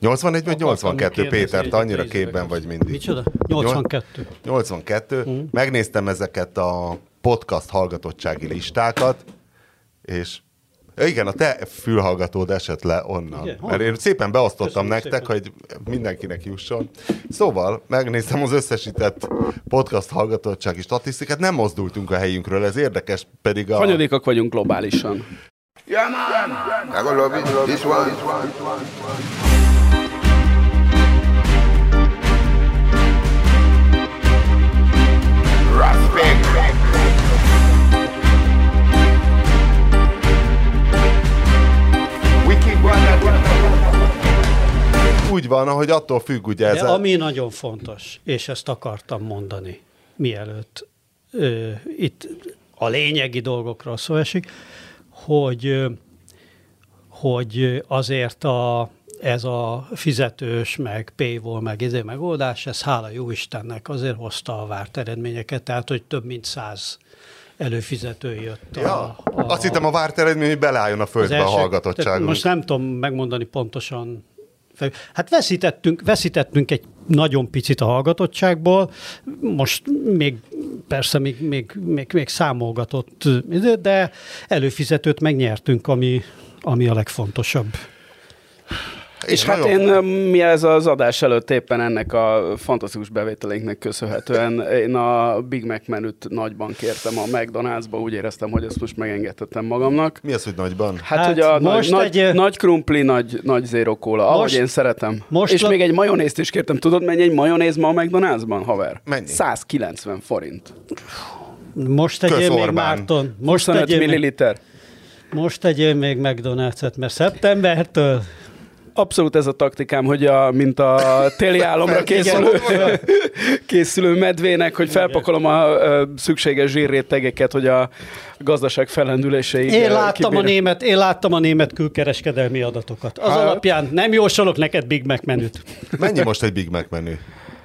81 vagy 82, Péter, te annyira képben vagy mindig. Micsoda? 82. 82. Megnéztem ezeket a podcast hallgatottsági listákat, és igen, a te fülhallgatód esett le onnan. Igen, mert én szépen beosztottam nektek, hogy mindenkinek jusson. Szóval megnéztem az összesített podcast hallgatottsági statisztikát, nem mozdultunk a helyünkről, ez érdekes, pedig a... Hanyadikak vagyunk globálisan. Yeah, man! I gonna love it, this one. Respect! Úgy van, ahogy attól függ, ugye ez... De ami nagyon fontos, és ezt akartam mondani, mielőtt itt a lényegi dolgokról szó esik, hogy azért ez a fizetős, meg paywall, meg izé megoldás, ez hála jó Istennek azért hozta a várt eredményeket, tehát hogy több mint 100 előfizető jött. Azt hittem a várt eredmény, hogy beleálljon a földbe a hallgatottságunk. Most nem tudom megmondani pontosan. Hát veszítettünk egy nagyon picit a hallgatottságból, most még persze még számolgatott, de előfizetőt megnyertünk, ami a legfontosabb. És hát mi ez az adás előtt éppen ennek a fantasztikus bevételénknek köszönhetően én a Big Mac menüt nagyban kértem a McDonald'sba, úgy éreztem, hogy ezt most megengedhetem magamnak. Mi az, hogy nagyban? Hát hogy a nagy krumpli, nagy zero cola, ahogy én szeretem. És még egy majonézt is kértem. Tudod, mennyi egy majonéz ma a McDonald'sban, haver? Mennyi? 190 forint. Most tegyél még Márton. 25 milliliter. Most tegyél még McDonald's-et, mert szeptembertől... Abszolút ez a taktikám, hogy mint a téli álomra készülő medvének, hogy felpakolom a szükséges zsírrétegeket, hogy a gazdaság fellendüléseig Én láttam a német külkereskedelmi adatokat. Az alapján nem jósolok neked Big Mac menüt. Mennyi most egy Big Mac menü?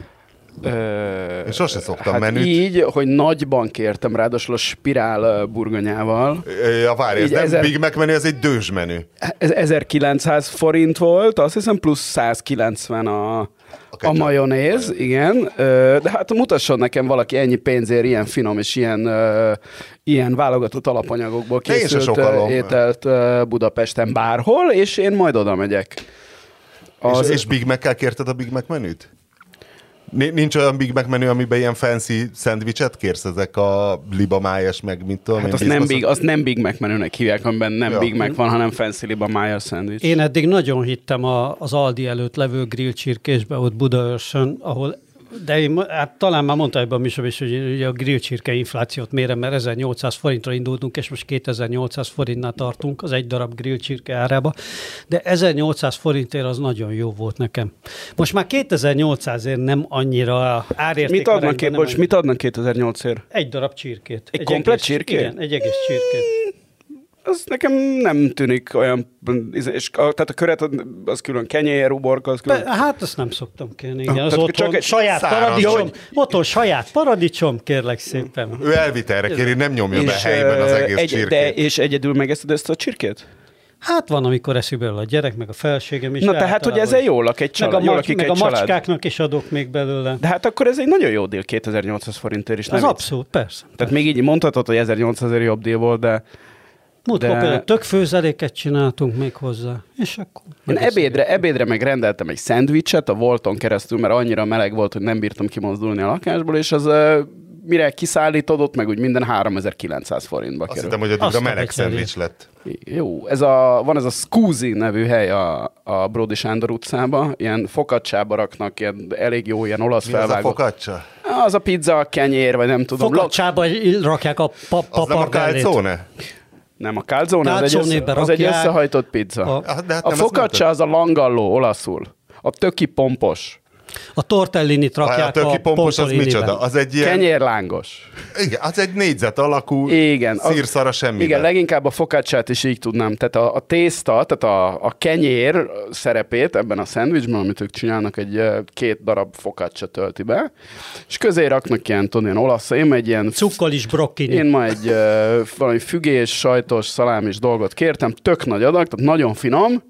Én sosem szoktam menüt. Így, hogy nagyban kértem, ráadásul a spirál burgonyával. Várj, ez nem Big Mac menü, ez egy dőzs menü. Ez 1900 forint volt, azt hiszem, plusz 190 a majonéz, igen. De hát mutasson nekem valaki ennyi pénzért ilyen finom és ilyen válogatott alapanyagokból készült ételt Budapesten bárhol, és én majd oda megyek. És Big Mac-kel kérted a Big Mac menüt? Nincs olyan Big Mac menü, amiben ilyen fancy szendvicset kérsz, ezek a libamájas, meg mit tudom. Hát azt nem Big Mac menünek hívják, amiben nem Big Mac van, hanem fancy libamájas szendvics. Én eddig nagyon hittem az Aldi előtt levő grill csirkésbe, ott Budaörsön, ahol, de én talán már mondta ebben a műsorban is, hogy ugye a grill csirke inflációt mérem, mert 1800 forintra indultunk, és most 2800 forintnál tartunk az egy darab grill csirke árába, de 1800 forintért az nagyon jó volt nekem. Most már 2800-ért nem annyira árérték. Mit adnak 2800-ért? Egy darab csirkét. Egy komplet csirkét? Igen, egy egész csirkét. Az nekem nem tűnik olyan, és tehát a köret az külön kenyér, uborka, az külön. Hát azt nem szoktam kérni, igen. Az otthon saját paradicsom, kérlek szépen. Ő elvitelre kéri, nem nyomja be helyben az egész csirkét. És egyedül megeszed ezt a csirkét? Hát van, amikor eszik belőle a gyerek, meg a felségem is. Na tehát, hogy ezzel jól lakik egy család. Meg a macskáknak is adok még belőle. De hát akkor ez egy nagyon jó deal, 2800 forintért is. Az abszolút, persze. Tehát még így mondhatod, hogy 1800-ért jobb deal volt, de... Múltkor például tök főzeléket csináltunk még hozzá, és akkor... Én ebédre megrendeltem egy szendvicset a Volton keresztül, mert annyira meleg volt, hogy nem bírtam kimozdulni a lakásból, és az mire kiszállítódott, meg úgy minden 3900 forintba kerül. Azt hittem, hogy addigra meleg szendvics lett. Jó, van ez a Scusi nevű hely a Bródi Sándor utcában, ilyen focacciába raknak, elég jó, ilyen olasz felvágó. Mi az a focaccia? Az a pizza, a kenyér, vagy nem tudom. Focacciába rakják a pappardellét. Az nem a calzone? Nem, a calzone az egy összehajtott pizza. A focaccia az a langalló olaszul. A töki pompos. A tortellinit rakják a töki pompos az micsoda? Az egy ilyen... Kenyérlángos. Igen, az egy négyzet alakú szírszara semmivel. Igen, leginkább a focacciát is így tudnám. Tehát a tészta, tehát a kenyér szerepét ebben a szendvicsben, amit ők csinálnak, egy 2 darab focaccia tölti be, és közé raknak ilyen olasz, én egy ilyen... Cukkolis brokkini. Én ma egy valami fügés, sajtos, szalámis dolgot kértem, tök nagy adag, tehát nagyon finom,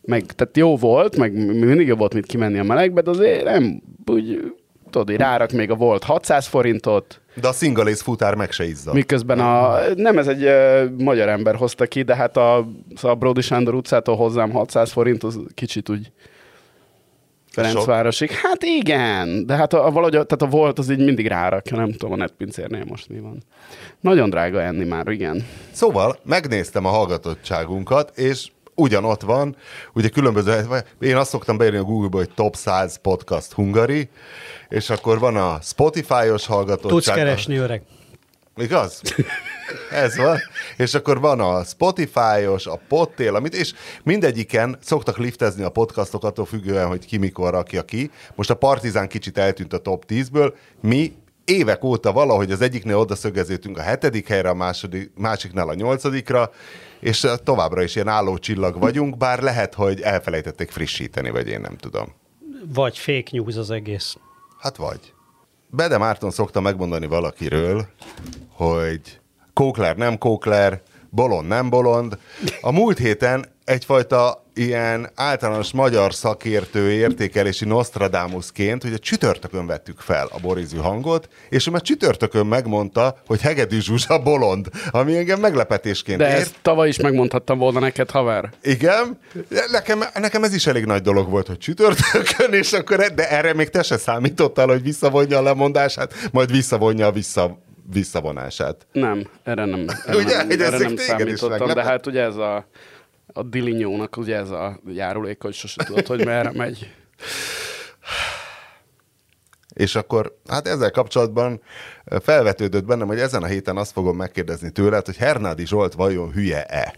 tehát jó volt, meg mindig jobb volt, mint kimenni a melegbe, de azért nem úgy, tudod, hogy rárak még a volt 600 forintot. De a szingalész futár meg se izzad. Miközben nem ez egy magyar ember hozta ki, de hát a Bródi Sándor utcától hozzám 600 forint, az kicsit úgy Ferencvárosig. Hát igen, de hát valahogy tehát a volt az így mindig rárakja, nem tudom a netpincérnél most mi van. Nagyon drága enni már, igen. Szóval megnéztem a hallgatottságunkat, és ugyanott van, ugye különböző, én azt szoktam beírni a Google-ba, hogy Top 100 Podcast Hungary, és akkor van a Spotify-os hallgatottság. Tudsz keresni, öreg. Igaz? Ez van. És akkor van a Spotify-os, a Podtail, és mindegyiken szoktak liftezni a podcastok attól függően, hogy ki mikor rakja ki. Most a Partizán kicsit eltűnt a top 10-ből, mi évek óta valahogy az egyiknél odaszögeződtünk a 7. helyre, a másiknál a 8-ra, és továbbra is ilyen álló csillag vagyunk, bár lehet, hogy elfelejtették frissíteni, vagy én nem tudom. Vagy fake news az egész. Hát vagy. Bede Márton szokta megmondani valakiről, hogy kókler nem kókler, bolond nem bolond. A múlt héten egyfajta ilyen általános magyar szakértő értékelési Nostradamusként, hogy a csütörtökön vettük fel a Borizű hangot, és ő már csütörtökön megmondta, hogy Hegedű Zsuzsa bolond, ami engem meglepetésként ért. De ezt tavaly is megmondhattam volna neked, haver. Igen. Nekem ez is elég nagy dolog volt, hogy csütörtökön, és akkor, de erre még te se számítottál, hogy visszavonja a lemondását, majd visszavonja a visszavonását. Nem, erre nem számítottam, de hát ugye ez a Dilinyónak ugye ez a járulék, hogy sose tudod, hogy merre megy. És akkor, hát ezzel kapcsolatban felvetődött bennem, hogy ezen a héten azt fogom megkérdezni tőled, hogy Hernádi Zsolt vajon hülye-e?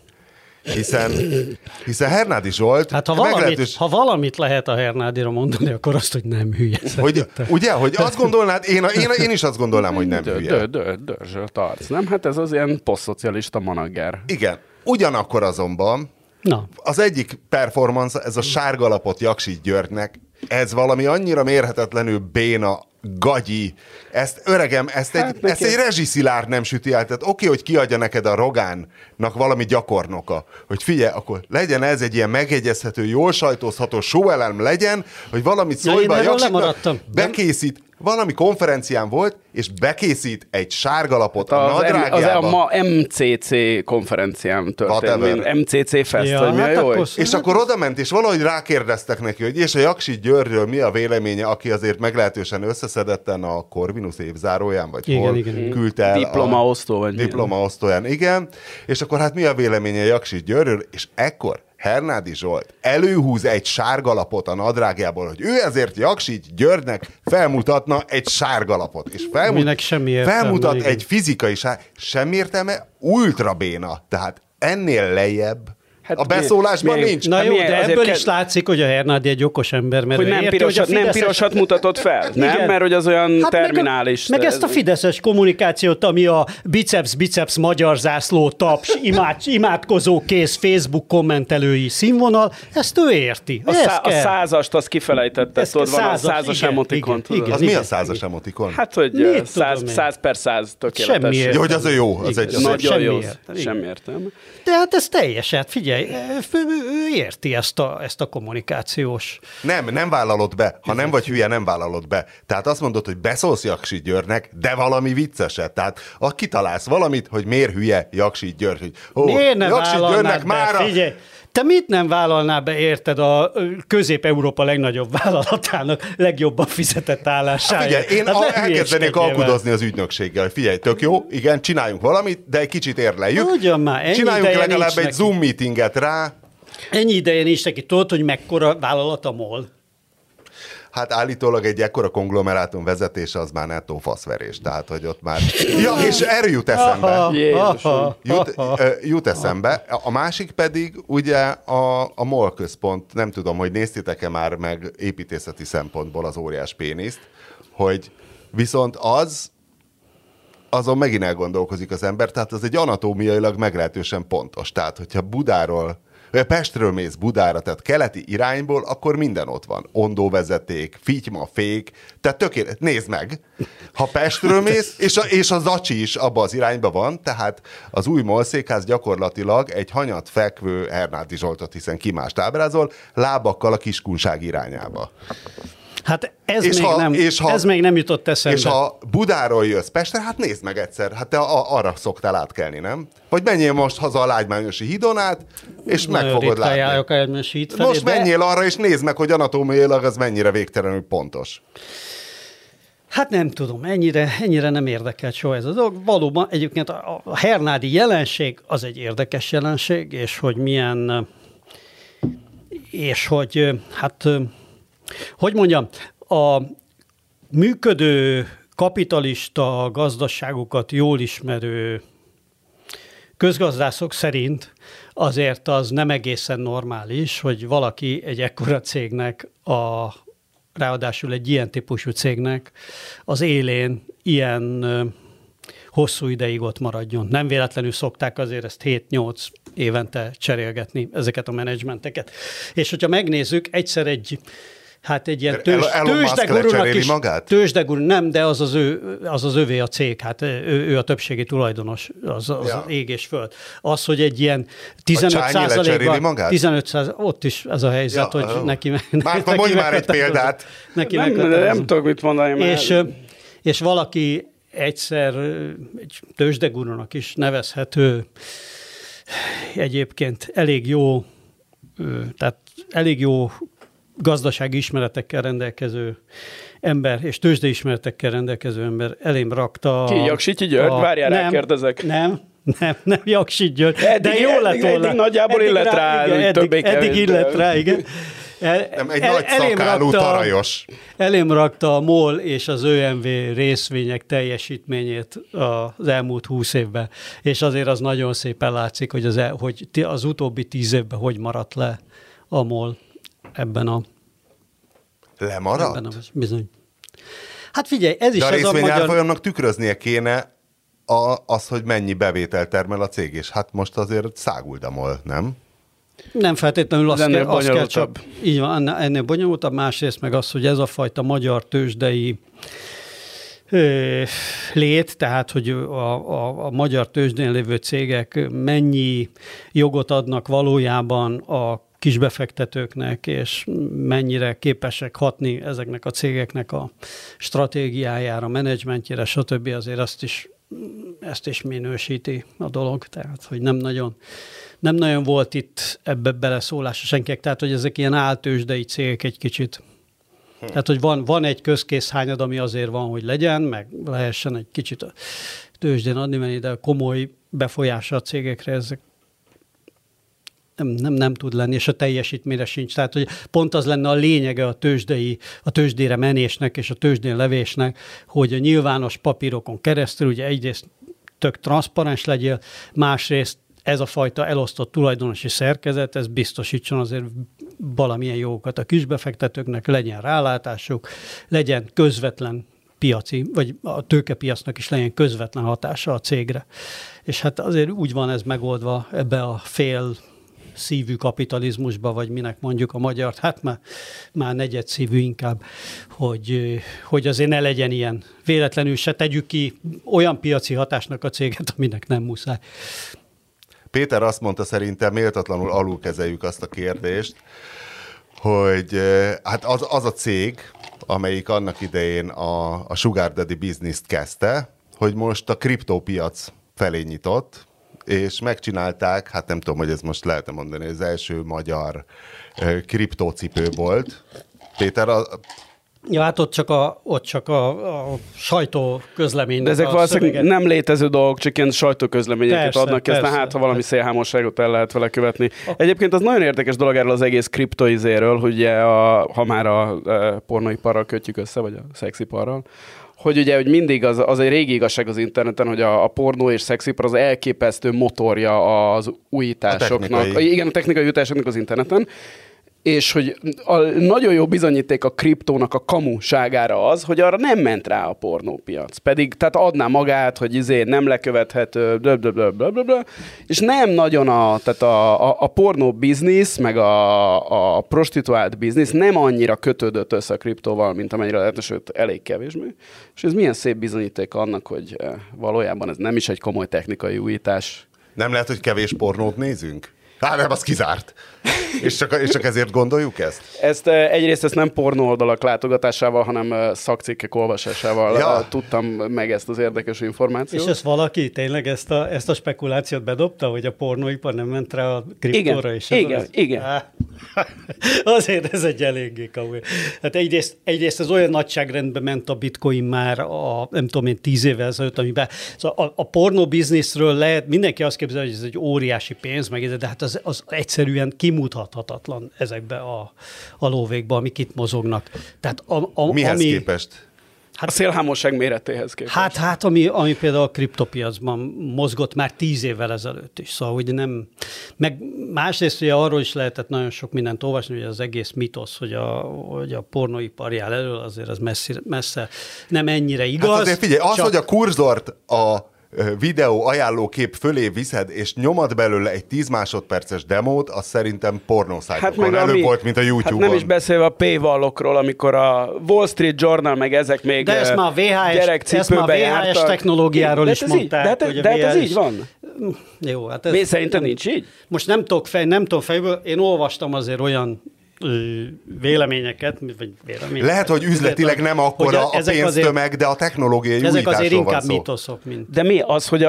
Hiszen Hernádi Zsolt... Hát ha valamit lehet a Hernádira mondani, akkor azt, hogy nem hülye. Ugye, hogy azt gondolnád, én is azt gondolnám, hogy nem hülye. Dörzsölt arc, nem? Hát ez az ilyen posztszocialista manager. Igen. Ugyanakkor azonban az egyik performance, ez a sárgalapot Jaksit Györgynek, ez valami annyira mérhetetlenül béna, gagyi, ezt egy rezsiszilárd nem süti el. Tehát oké, hogy kiadja neked a Rogánnak valami gyakornoka, hogy figyelj, akkor legyen ez egy ilyen megjegyezhető, jól sajtózható showelem legyen, hogy valamit szólj be a Jaksitnak, bekészít, valami konferencián volt, és bekészít egy sárgalapot a nadrágjába. Az ma MCC konferencián történt, MCC Fest, ja, hogy mi a jó? És akkor odament, és valahogy rákérdeztek neki, hogy és a Jaksit Györgyről mi a véleménye, aki azért meglehetősen összeszedetten a Corvinus évzáróján, vagy igen. küldte el diplomaosztóján, igen. És akkor hát mi a véleménye a Jaksit Györgyről, és ekkor Hernádi Zsolt előhúz egy sárgalapot a nadrágjából, hogy ő ezért Jaksit Györgynek felmutatna egy sárgalapot. És felmutat egy fizikai semmi értelme, ultra béna. Tehát ennél lejjebb a beszólásban nincs. Na jó, de ebből is látszik, hogy a Hernádi egy okos ember, mert hogy nem pirosat mutatott fel, nem? Mert hogy az olyan terminális. Meg ezt a fideszes kommunikációt, ami a biceps magyar zászló, taps, imádkozó kész Facebook kommentelői színvonal, ezt ő érti. A százast azt kifelejtette, tudod, van a 100-as emotikon. Az mi a 100-as emotikon? Hát, hogy 100 per 100 tökéletes. Jó, hogy az jó. Nagyon jó. Semmi értelme. De hát ez teljesen, figyelj, ő érti ezt a kommunikációs... Nem vállalod be. Ha nem vagy hülye, nem vállalod be. Tehát azt mondod, hogy beszólsz Jaksit Györgynek, de valami vicceset. Tehát kitalálsz valamit, hogy miért hülye Jaksit György. Hogy, miért nem vállalnád be? Figyelj, te mit nem vállalnál be, érted, a Közép-Európa legnagyobb vállalatának legjobban fizetett állásáért? Figyelj, én elkezdenék alkudozni az ügynökséggel. Figyelj, tök jó, igen, csináljunk valamit, de egy kicsit érleljük. Ugyan már, csináljunk legalább egy Zoom meetinget rá. Ennyi ideje nincs neki. Tudod, hogy mekkora vállalat a MOL? Hát állítólag egy ekkora konglomerátum vezetése az már nettó faszverés. Tehát, hogy ott már... Ja, és erről jut eszembe. Jut eszembe. A másik pedig ugye a MOL központ, nem tudom, hogy néztétek-e már meg építészeti szempontból az óriás péniszt, hogy viszont azon megint elgondolkozik az ember, tehát az egy anatómiailag meglehetősen pontos. Tehát, hogyha Budáról Pestről mész Budára, tehát keleti irányból, akkor minden ott van. Ondóvezeték, fityma, fék, tehát tökéletes. Nézd meg! Ha Pestről mész, és a Zacsi is abba az irányba van, tehát az új molszékház gyakorlatilag egy hanyat fekvő Hernádi Zsoltot, hiszen ki mást ábrázol, lábakkal a Kiskunság irányába. Hát ez még nem jutott eszembe. És ha Budáról jössz Pestre, hát nézd meg egyszer, hát te arra szoktál átkelni, nem? Vagy menjél most haza a Lágymányosi hídon át, és meg fogod látni. Most menjél arra, és nézd meg, hogy anatómiailag az mennyire végtelenül pontos. Hát nem tudom, ennyire nem érdekelt soha ez a dolog. Valóban egyébként a hernádi jelenség az egy érdekes jelenség, és hogy milyen, és hogy hát, hogy mondjam, a működő kapitalista gazdaságokat jól ismerő közgazdászok szerint azért az nem egészen normális, hogy valaki egy ekkora cégnek, ráadásul egy ilyen típusú cégnek az élén ilyen hosszú ideig ott maradjon. Nem véletlenül szokták azért ezt 7-8 évente cserélgetni ezeket a menedzsmenteket. És hogyha megnézzük, egyszer egy ilyen tőzsdegurúnak is, nem, de az az övé a cég, hát ő a többségi tulajdonos, az ég és föld. Az, hogy egy ilyen 15%-ban, ott is ez a helyzet, hogy neki Márta, mondj már egy példát. Nem tudok mit mondani. És valaki egyszer egy tőzsdegurúnak is nevezhető, egyébként elég jó gazdasági ismeretekkel rendelkező ember, és tőzsdeismeretekkel rendelkező ember elém rakta... Ki, Jaksityi György? Várjál, rákérdezek. Nem Jaksityi György, de jó lett volna. Eddig nagyjából illet rá, eddig illet rá, igen. Nem, egy nagy szakálú tarajos. Elém rakta a MOL és az ÖMV részvények teljesítményét az elmúlt 20 évben, és azért az nagyon szépen látszik, hogy az utóbbi 10 évben hogy maradt le a MOL ebben a... Lemaradt? Bizony. Hát figyelj, ez is de az a magyar... De a részvényárfolyamnak tükröznie kéne az, hogy mennyi bevételt termel a cég, és hát most azért száguld a MOL, nem? Nem feltétlenül azt kell csak... Így van, ennél bonyolultabb, másrészt meg az, hogy ez a fajta magyar tőzsdei lét, tehát hogy a magyar tőzsdén lévő cégek mennyi jogot adnak valójában a kisbefektetőknek, és mennyire képesek hatni ezeknek a cégeknek a stratégiájára, menedzsmentjére, stb. Azért ezt is minősíti a dolog, tehát hogy nem nagyon volt itt ebbe beleszólása senkinek, tehát hogy ezek ilyen áltőzsdei cégek egy kicsit. Tehát, hogy van egy közkész hányad, ami azért van, hogy legyen, meg lehessen egy kicsit a tőzsdén adni menni, de komoly befolyása a cégekre ezek nem tud lenni, és a teljesítményre sincs. Tehát, hogy pont az lenne a lényege a tőzsdére menésnek és a tőzsdén levésnek, hogy a nyilvános papírokon keresztül, ugye egyrészt tök transzparens legyél, másrészt ez a fajta elosztott tulajdonosi szerkezet, ez biztosítson azért valamilyen jogokat a kisbefektetőknek, legyen rálátásuk, legyen közvetlen piaci, vagy a tőkepiacnak is legyen közvetlen hatása a cégre. És hát azért úgy van ez megoldva ebbe a fél szívű kapitalizmusba, vagy minek mondjuk a magyart, hát már negyed szívű inkább, hogy azért ne legyen ilyen. Véletlenül se tegyük ki olyan piaci hatásnak a céget, aminek nem muszáj. Péter azt mondta, szerintem méltatlanul alulkezeljük azt a kérdést, hogy hát az a cég, amelyik annak idején a Sugar Daddy business-t kezdte, hogy most a kriptópiac felé nyitott, és megcsinálták, hát nem tudom, hogy ez most lehet mondani, az első magyar kriptócipő volt. Péter, ja, hát ott csak a sajtóközleménynek. De ezek valószínűleg nem létező dolgok, csak ilyen sajtóközleményeket adnak ki, aztán hát, ha valami szélhámosságot el lehet vele követni. Egyébként az nagyon érdekes dolog erről az egész kriptoizéről, hogy ugye ha már a pornóiparral kötjük össze, vagy a szexiparral, hogy ugye hogy mindig az egy régi igazság az interneten, hogy a pornó és szexipar az elképesztő motorja az újításoknak. Igen, a technikai újításoknak az interneten. és hogy a nagyon jó bizonyíték a kriptónak a kamuságára az, hogy arra nem ment rá a pornópiac. Pedig tehát adná magát, hogy nem lekövethető, blablabla, és nem nagyon tehát a pornó biznisz, meg a prostituált biznisz nem annyira kötődött össze a kriptóval, mint amennyire lehetne, sőt, elég kevésbé. És ez milyen szép bizonyíték annak, hogy valójában ez nem is egy komoly technikai újítás. Nem lehet, hogy kevés pornót nézünk? Hát nem, az kizárt. És csak ezért gondoljuk ezt? Egyrészt ezt nem pornó oldalak látogatásával, hanem szakcikkek olvasásával tudtam meg ezt az érdekes információt. És ezt valaki tényleg ezt a spekulációt bedobta, hogy a pornóipar nem ment rá a kriptóra is? Igen. Azért ez egy eléggé komoly. Hát egyrészt ez olyan nagyságrendben ment a bitcoin már nem tudom én 10 évvel ezelőtt, amiben szóval a pornó bizniszről lehet, mindenki azt képzel, hogy ez egy óriási pénz, de hát az egyszerűen kimutathatatlan ezekbe a lóvékba, amik itt mozognak. Tehát mihez képest? Hát, a szélhámosság méretéhez képest. Hát ami például a kriptopiacban mozgott már 10 évvel ezelőtt is. Szóval, hogy nem... Meg másrészt ugye arról is lehetett nagyon sok mindent olvasni, hogy az egész mitosz, hogy a pornóipar jár elől, azért az messze nem ennyire igaz. Hát azért figyelj, hogy a kurzort a videó ajánlókép fölé viszed, és nyomad belőle egy 10 másodperces demót, az szerintem pornószájtokon előbb volt, mint a YouTube-on. Hát nem is beszélve a paywallokról, amikor a Wall Street Journal, meg ezek még de ezt már a VHS technológiáról is mondták. De ez így van. Jó, hát ez szerintem nincs így? Most nem tudom fejből, én olvastam azért olyan véleményeket, vagy véleményeket. Lehet, hogy üzletileg nem akkora a pénztömeg, de a technológiai újításról van szó. Ezek azért inkább mitoszok, mint... De mi az, hogy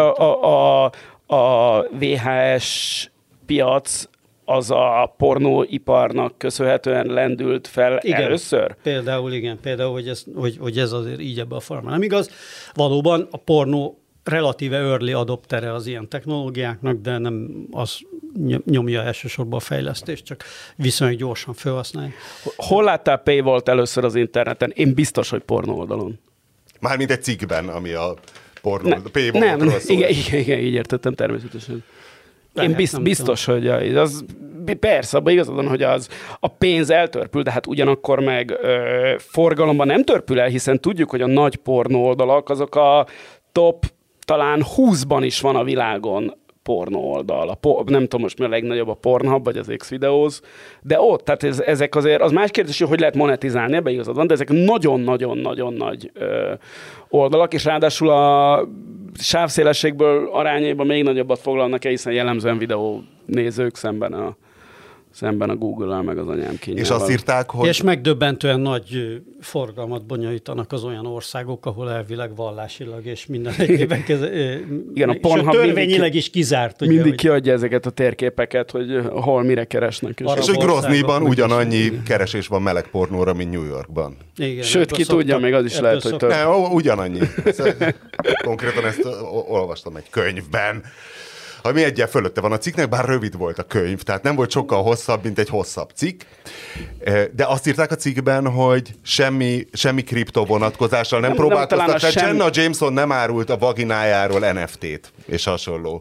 a VHS piac az a pornóiparnak köszönhetően lendült fel először? Például, hogy ez azért így ebben a formában nem igaz. Valóban a pornó relatíve early adoptere az ilyen technológiáknak, de nem az nyomja elsősorban a fejlesztést, csak viszonylag gyorsan felhasználja. Hol láttál paywallt először az interneten? Én biztos, hogy pornó oldalon. Mármint egy cikkben, ami a paywallokról szól. Igen, így értettem természetesen. Én biztos, hogy az persze, abban igazad van, hogy a pénz eltörpül, de hát ugyanakkor meg forgalomban nem törpül el, hiszen tudjuk, hogy a nagy pornó oldalak azok a top talán 20-ban is van a világon pornó oldal. Nem tudom most mi a legnagyobb, a Pornhub, vagy az X-Videos, de ott, tehát ezek azért, az más kérdés, hogy lehet monetizálni, ebben igazad van, de ezek nagyon-nagyon-nagyon nagy oldalak, és ráadásul a sávszélességből arányaiban még nagyobbat foglalnak el, hiszen jellemzően videó nézők szemben a Google-al, meg az anyám kínjával. És azt írták, hogy... És megdöbbentően nagy forgalmat bonyolítanak az olyan országok, ahol elvileg vallásilag és minden egyébben igen, a Pornhub törvényileg is kizárt. Ugye, mindig kiadja ezeket a térképeket, hogy hol mire keresnek. És hogy Groznyban ugyanannyi keresés van meleg pornóra, mint New Yorkban. Igen, sőt, ki tudja, még az is lehet, hogy több. Ugyanannyi. Konkrétan ezt olvastam egy könyvben. Ami egyen fölötte van a cikknek, bár rövid volt a könyv, tehát nem volt sokkal hosszabb, mint egy hosszabb cikk. De azt írták a cikkben, hogy semmi kriptó vonatkozással nem próbálkoztak, tehát Jenna Jameson nem árult a vaginájáról NFT-t, és hasonló.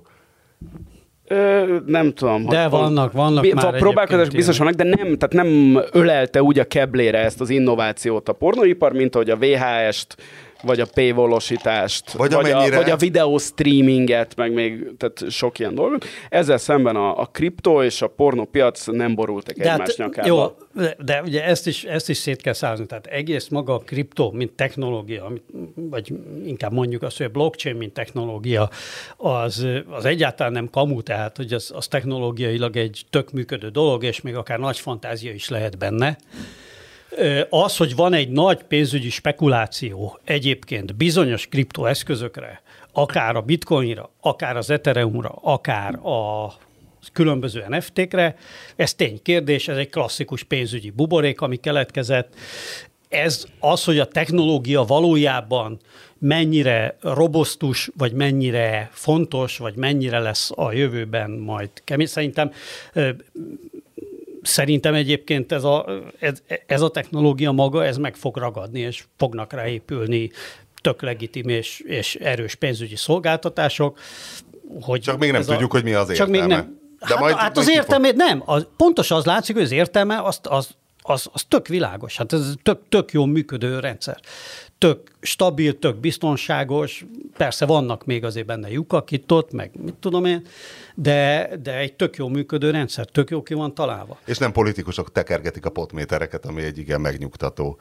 Nem tudom. De vannak már próbálkozások biztos vannak, de nem ölelte úgy a keblére ezt az innovációt a pornóipar, mint ahogy a VHS-t, vagy a paywallosítást, vagy a videó streaminget, meg még tehát sok ilyen dolog. Ezzel szemben a kriptó és a pornópiac nem borultak egymás nyakába. Jó, de ugye ezt is szét kell szállni. Tehát egész maga a kriptó, mint technológia, vagy inkább mondjuk azt, hogy a blockchain, mint technológia, az egyáltalán nem kamu, tehát hogy az technológiailag egy tök működő dolog, és még akár nagy fantázia is lehet benne. Az, hogy van egy nagy pénzügyi spekuláció egyébként bizonyos kriptoeszközökre, akár a bitcoinra, akár az Ethereumra, akár a különböző NFT-kre, ez ténykérdés, ez egy klasszikus pénzügyi buborék, ami keletkezett. Ez az, hogy a technológia valójában mennyire robosztus, vagy mennyire fontos, vagy mennyire lesz a jövőben majd kemény. Szerintem egyébként ez a technológia maga, ez meg fog ragadni, és fognak rá épülni tök legitim és erős pénzügyi szolgáltatások. Csak még nem tudjuk, hogy mi az értelme. Hát az értelmét nem. Pontosan az látszik, hogy az értelme az tök világos. Hát ez tök jól működő rendszer. Tök stabil, tök biztonságos. Persze vannak még azért benne lyukak itt-ott, meg mit tudom én, de egy tök jól működő rendszer, tök jó ki van találva. És nem politikusok tekergetik a potmétereket, ami egy igen megnyugtató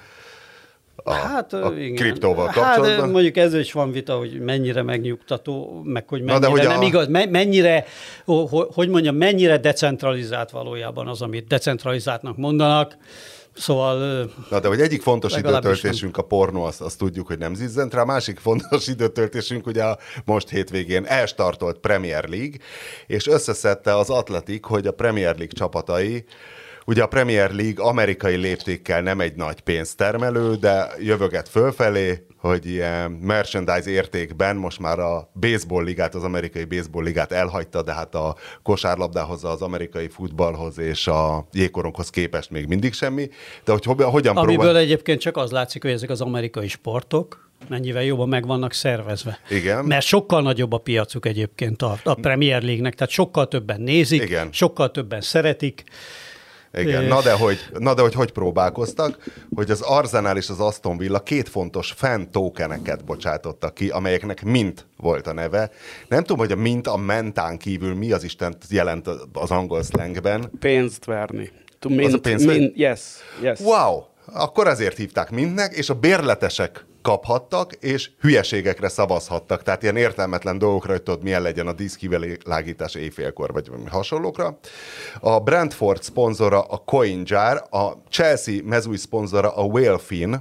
a kriptóval kapcsolatban. Hát mondjuk ezzel is van vita, hogy mennyire megnyugtató, meg hogy mennyire nem igaz, mennyire, hogy mondjam, mennyire decentralizált valójában az, amit decentralizáltnak mondanak. Szóval... Na, de hogy egyik fontos időtöltésünk a pornó, azt tudjuk, hogy nem zizzent rá. A másik fontos időtöltésünk ugye a most hétvégén elstartolt Premier League, és összeszedte az Atletik, hogy a Premier League csapatai, ugye a Premier League amerikai léptékkel nem egy nagy pénztermelő, de jövöget fölfelé, hogy ilyen merchandise értékben most már a baseball ligát, az amerikai baseball ligát elhagyta, de hát a kosárlabdához, az amerikai futballhoz és a jégkoronghoz képest még mindig semmi. De hogy hogyan Amiből egyébként csak az látszik, hogy ezek az amerikai sportok mennyivel jobban meg vannak szervezve. Igen. Mert sokkal nagyobb a piacuk egyébként a Premier League-nek, tehát sokkal többen nézik, igen. Sokkal többen szeretik. Igen, na de hogy próbálkoztak, hogy az Arsenal és az Aston Villa 2 fontos fan tokeneket bocsátottak ki, amelyeknek mint volt a neve. Nem tudom, hogy a mint a mentán kívül mi az Isten jelent az angol slangben. Pénzt verni. Az a pénzt verni? Yes. Wow! Akkor ezért hívták mintnek, és a bérletesek kaphattak, és hülyeségekre szavazhattak. Tehát ilyen értelmetlen dolgokra, hogy tudod, milyen legyen a díszkivilágítás éjfélkor, vagy hasonlókra. A Brentford szponzora a CoinJar, a Chelsea mezúj szponzora a Whalefin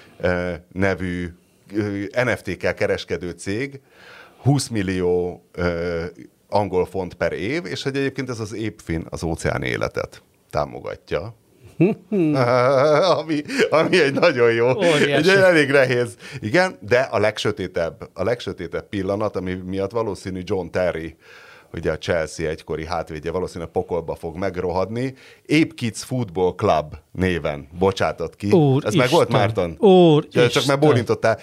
nevű NFT-kkel kereskedő cég, 20 millió angol font per év, és hogy egyébként ez az Épfin az óceáni életet támogatja. ami egy nagyon jó, egy elég nehéz. Igen, de a legsötétebb pillanat, ami miatt valószínű John Terry, ugye a Chelsea egykori hátvédje valószínűleg pokolba fog megrohadni, Ape Kids Football Club néven bocsátott ki. Ez meg volt, Márton? Csak már bólintottál.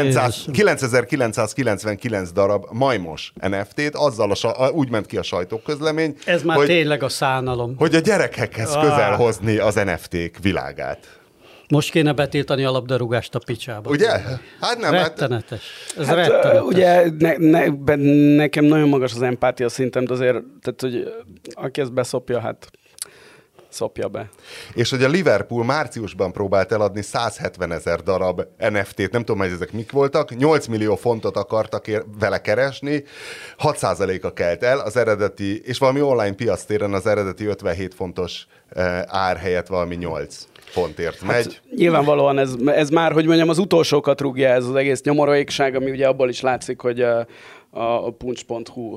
9999 darab majmos NFT-t, azzal úgy ment ki a sajtóközlemény. Ez már tényleg a szánalom. Hogy a gyerekekhez közel hozni az NFT-k világát. Most kéne betiltani a labdarúgást a picsába. Ugye? Hát nem. Rettenetes. Ez rettenetes. Ugye nekem nagyon magas az empátia szintem, de azért, tehát, hogy aki ezt beszopja, hát szopja be. És hogy a Liverpool márciusban próbált eladni 170 000 darab NFT-t, nem tudom, hogy ezek mik voltak, 8 millió fontot akartak vele keresni, 6%-a kelt el az eredeti, és valami online piactéren az eredeti 57 fontos ár helyett valami 8 fontért megy. Hát, nyilvánvalóan ez már, hogy mondjam, az utolsókat rúgja ez az egész nyomorékság, ami ugye abból is látszik, hogy a punch.hu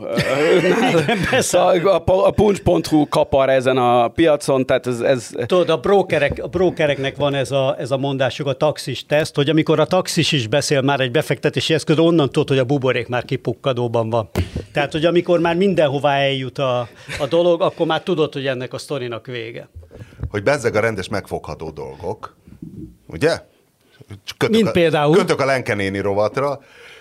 a punch.hu kapar ezen a piacon, tehát ez... Tudod, a brókereknek van ez a mondásuk, a taxis teszt, hogy amikor a taxis is beszél már egy befektetési eszköz, onnan tudod, hogy a buborék már kipukkadóban van. Tehát, hogy amikor már mindenhová eljut a dolog, akkor már tudod, hogy ennek a sztorinak vége. Hogy bezzeg a rendes megfogható dolgok, ugye? Például. Kötök a Lenke néni rovatra.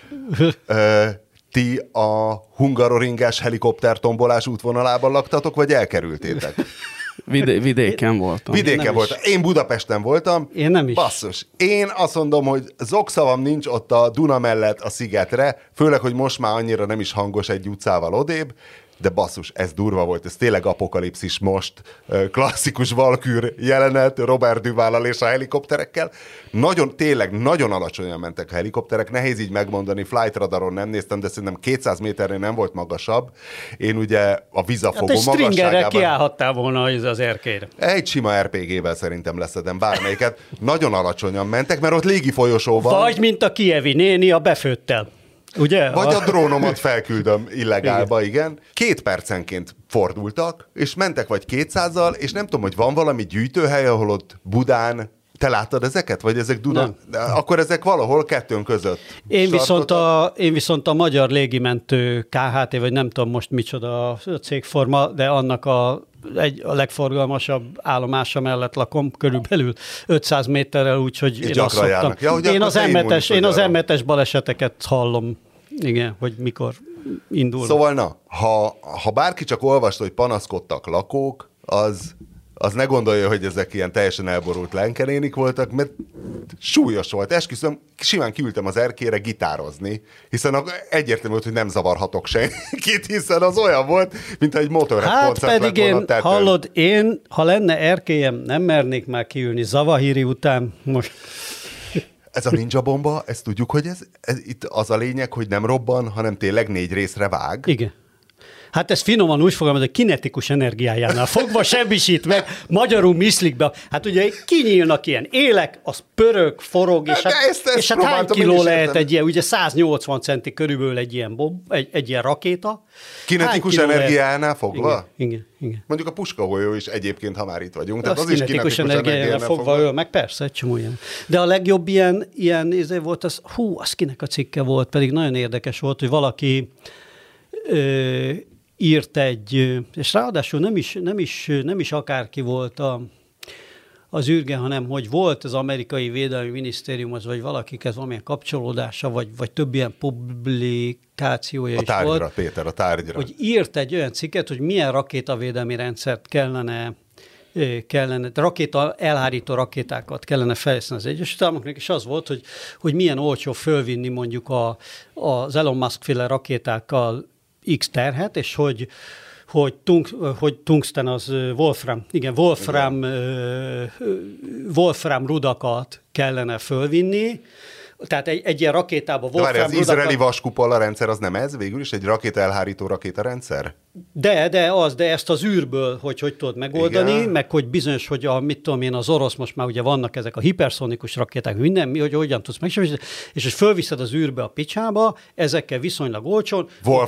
Ti a hungaroringás helikoptertombolás útvonalában laktatok, vagy elkerültétek? Vidéken voltam. Vidéken voltam. Én Budapesten voltam. Én nem is. Basszus. Én azt mondom, hogy zokszavam nincs ott a Duna mellett a szigetre, főleg, hogy most már annyira nem is hangos egy utcával odébb, de basszus, ez durva volt, ez tényleg apokalipszis most, klasszikus valkűr jelenet, Robert Duval-al és a helikopterekkel. Nagyon alacsonyan mentek a helikopterek, nehéz így megmondani, flight radaron nem néztem, de szerintem 200 méternél nem volt magasabb. Én ugye a vizafogó magasságában... Hát stringerrel kiállhattál volna az erkélyre. Egy sima RPG-vel szerintem leszedem bármelyiket. Nagyon alacsonyan mentek, mert ott légi folyosó van. Vagy mint a kievi néni a befőttel. Ugye? Vagy a drónomat felküldöm illegálba, igen. 2 percenként fordultak, és mentek vagy 200-zal, és nem tudom, hogy van valami gyűjtőhely, ahol ott Budán, te láttad ezeket? Vagy ezek Duna? Akkor ezek valahol kettőn között. Én viszont a Magyar Légimentő KHT, vagy nem tudom most micsoda a cégforma, de annak a legforgalmasabb állomása mellett lakom, körülbelül 500 méterrel, úgyhogy én azt szoktam. Én az M7-es baleseteket hallom, igen, hogy mikor indulnak. Szóval na, ha bárki csak olvasta, hogy panaszkodtak lakók, az ne gondolja, hogy ezek ilyen teljesen elborult lenkenénik voltak, mert súlyos volt. Esküszöm, simán kiültem az erkére gitározni, hiszen egyértelmű volt, hogy nem zavarhatok senkit, hiszen az olyan volt, mint egy Motorhead koncert lett volna a tetőn. Hallod, én, ha lenne erkélyem, nem mernék már kiülni Zawahiri után most. Ez a ninja bomba, ezt tudjuk, hogy ez itt az a lényeg, hogy nem robban, hanem tényleg 4 részre vág. Igen. Hát ez finoman úgy fogalmaz, hogy kinetikus energiájánál fogva semmisít meg, magyarul miszlik be. Hát ugye kinyílnak ilyen élek, az pörög, forog, és hát hány kiló lehet egy ilyen, ugye 180 centi körülbelül egy ilyen rakéta. Kinetikus energiájánál fogva? Igen. Mondjuk a puskahajó is egyébként, ha már itt vagyunk. Tehát az is kinetikus energiájánál fogva öl, meg persze, egy csomó ilyen. De a legjobb ilyen volt az kinek a cikke volt, pedig nagyon érdekes volt, hogy valaki írt és ráadásul nem is akárki volt az űrgen, hanem hogy volt az amerikai védelmi minisztériumhoz, vagy valakikhez valamilyen kapcsolódása, vagy több ilyen publikációja is volt. Péter, a tárgyra. Hogy írt egy olyan cikket, hogy milyen rakétavédelmi rendszert kellene elhárító rakétákat kellene fejleszteni az Egyesült Államoknak, és az volt, hogy milyen olcsó fölvinni mondjuk az Elon Musk-féle rakétákkal X terhet, és hogy tungsten az Wolfram, igen, Wolfram rudakat kellene fölvinni, tehát egy ilyen rakétába Wolfram rudakat... az izraeli vaskupola rendszer az nem ez? Végül is egy elhárító rakétarendszer? De ezt az űrből, hogy tudod megoldani, igen. Meg hogy bizonyos, hogy az orosz most már ugye vannak ezek a hiperszonikus rakéták, minden, hogy hogyan tudsz megsemmisíteni, és hogy fölviszed az űrbe a picsába, ezekkel viszonylag olcsón,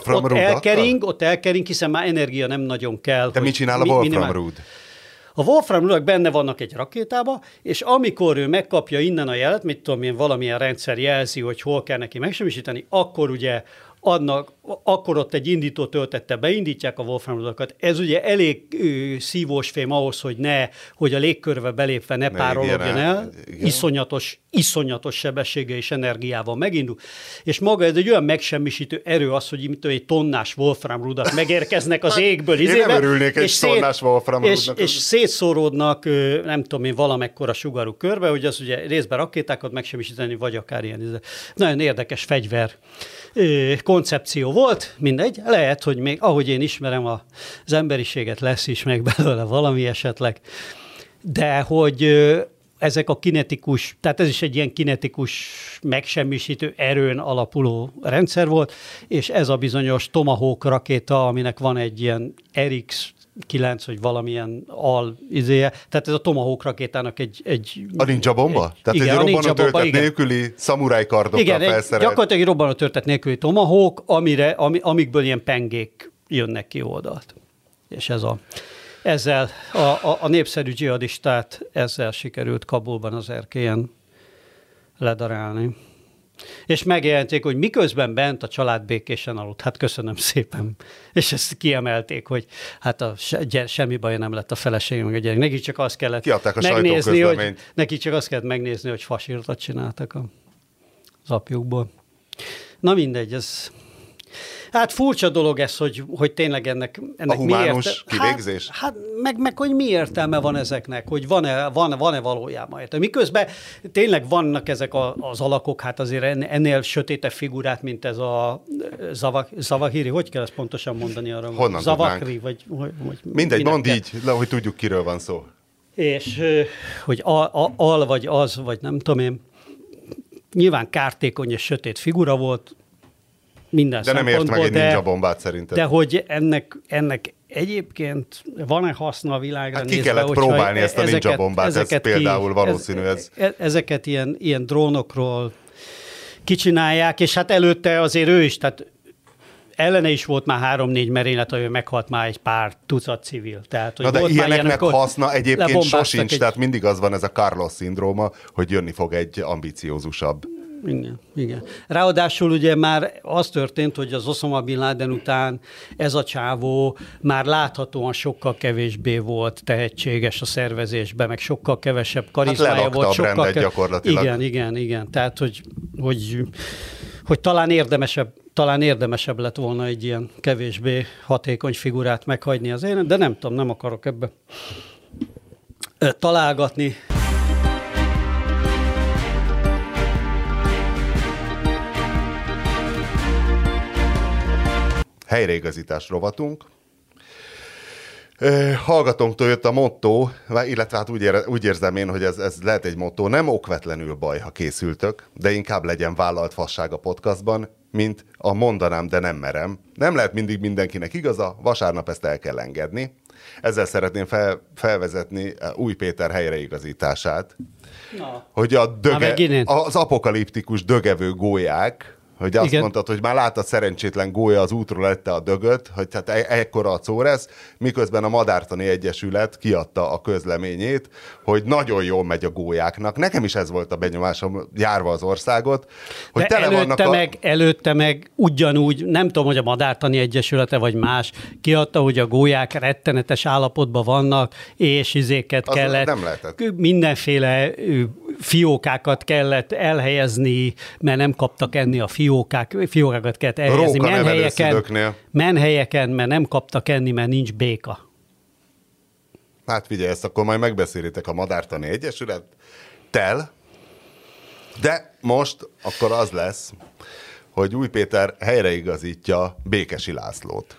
ott elkering, hiszen már energia nem nagyon kell. De mit csinál a Wolfram rud? A Wolfram rudak benne vannak egy rakétába, és amikor ő megkapja innen a jelet, valamilyen rendszer jelzi, hogy hol kell neki megsemmisíteni, akkor ugye akkor ott egy indító töltettel beindítják a Wolfram rudakat. Ez ugye elég szívós fém ahhoz, hogy a légkörbe belépve ne párologjon el. Iszonyatos sebessége és energiával megindul. És maga ez egy olyan megsemmisítő erő az, hogy egy tonnás Wolfram rudak megérkeznek az égből. Én nem örülnék egy tonnás Wolfram rudnak. És szétszóródnak, nem tudom én, valamekkora sugarú körbe, hogy az ugye részben rakétákat megsemmisíteni, vagy akár ilyen. Nagyon érdekes fegyver koncepció volt, mindegy, lehet, hogy még, ahogy én ismerem az emberiséget, lesz is meg belőle valami esetleg, de hogy ezek a kinetikus, tehát ez is egy ilyen kinetikus megsemmisítő erőn alapuló rendszer volt, és ez a bizonyos Tomahawk rakéta, aminek van egy ilyen RX-9, vagy valamilyen izéje, tehát ez a Tomahawk rakétának egy a ninja bomba? Tehát igen, egy robbanótörtet nélküli szamuráj kardokkal felszerelt. Gyakorlatilag egy robbanótörtet nélküli Tomahawk, amikből ilyen pengék jönnek ki oldalt. És ezzel a népszerű dzsihadistát ezzel sikerült Kabulban az erkélyen ledarálni. És megjelenték, hogy miközben bent a család békésen aludt. Hát köszönöm szépen. És ezt kiemelték, hogy hát semmi baj nem lett a feleségem, meg a gyerek. Nekik csak azt kellett megnézni, hogy fasírtat csináltak az apjukból. Na mindegy, ez... Hát furcsa dolog ez, hogy tényleg ennek a humánus kivégzés? Hát meg hogy mi értelme van ezeknek, hogy van-e valójában értelme. Miközben tényleg vannak ezek az alakok, hát azért ennél sötétebb figurát, mint ez a Zawahiri, hogy kell ezt pontosan mondani arra? Honnan Zawahiri, vagy mindegy, mondd így, hogy tudjuk, kiről van szó. És hogy vagy az, vagy nem tudom én, nyilván kártékony és sötét figura volt, minden de nem ért meg egy ninja bombát szerinted. De hogy ennek egyébként van-e haszna a világra hát nézve? Ki kellett próbálni ezt a ninja bombát, ez például valószínű. Ezeket ilyen drónokról kicsinálják, és hát előtte azért ő is, tehát ellene is volt már 3-4 merénylet, hogy meghalt már egy pár tucat civil. Tehát, hogy na de ilyeneknek haszna egyébként sosincs, egy... tehát mindig az van ez a Carlos-szindróma, hogy jönni fog egy ambiciózusabb. Igen. Ráadásul ugye már az történt, hogy az Osama Bin Laden után ez a csávó már láthatóan sokkal kevésbé volt tehetséges a szervezésben, meg sokkal kevesebb karizmája volt. Hát lelakta a brendet gyakorlatilag. Igen. Tehát, hogy talán érdemesebb talán érdemesebb lett volna egy ilyen kevésbé hatékony figurát meghagyni az élen, de nem tudom, nem akarok ebbe találgatni. Helyreigazítás rovatunk. Hallgatónktól jött a motto, illetve hát úgy érzem én, hogy ez lehet egy motto, nem okvetlenül baj, ha készültök, de inkább legyen vállalt fasság a podcastban, mint a mondanám, de nem merem. Nem lehet mindig mindenkinek igaza, vasárnap ezt el kell engedni. Ezzel szeretném felvezetni Új Péter helyreigazítását, hogy az apokaliptikus dögevő gólyák, hogy azt mondtad, hogy már láttad szerencsétlen gólya az útról lette a dögöt, hogy hát ekkora a córesz, miközben a Madártani Egyesület kiadta a közleményét, hogy nagyon jól megy a gólyáknak. Nekem is ez volt a benyomásom járva az országot, hogy de tele előtte meg ugyanúgy, nem tudom, hogy a Madártani Egyesülete vagy más, kiadta, hogy a gólyák rettenetes állapotban vannak, és izéket az kellett, nem lehetett. Mindenféle fiókákat kellett elhelyezni, mert nem kaptak enni a fiókákat kellett elhelyezni menhelyeken, mert nem kaptak enni, mert nincs béka. Hát figyelj, ezt akkor majd megbeszélitek a Madártani Egyesülettel, de most akkor az lesz, hogy Új Péter helyreigazítja Békesi Lászlót.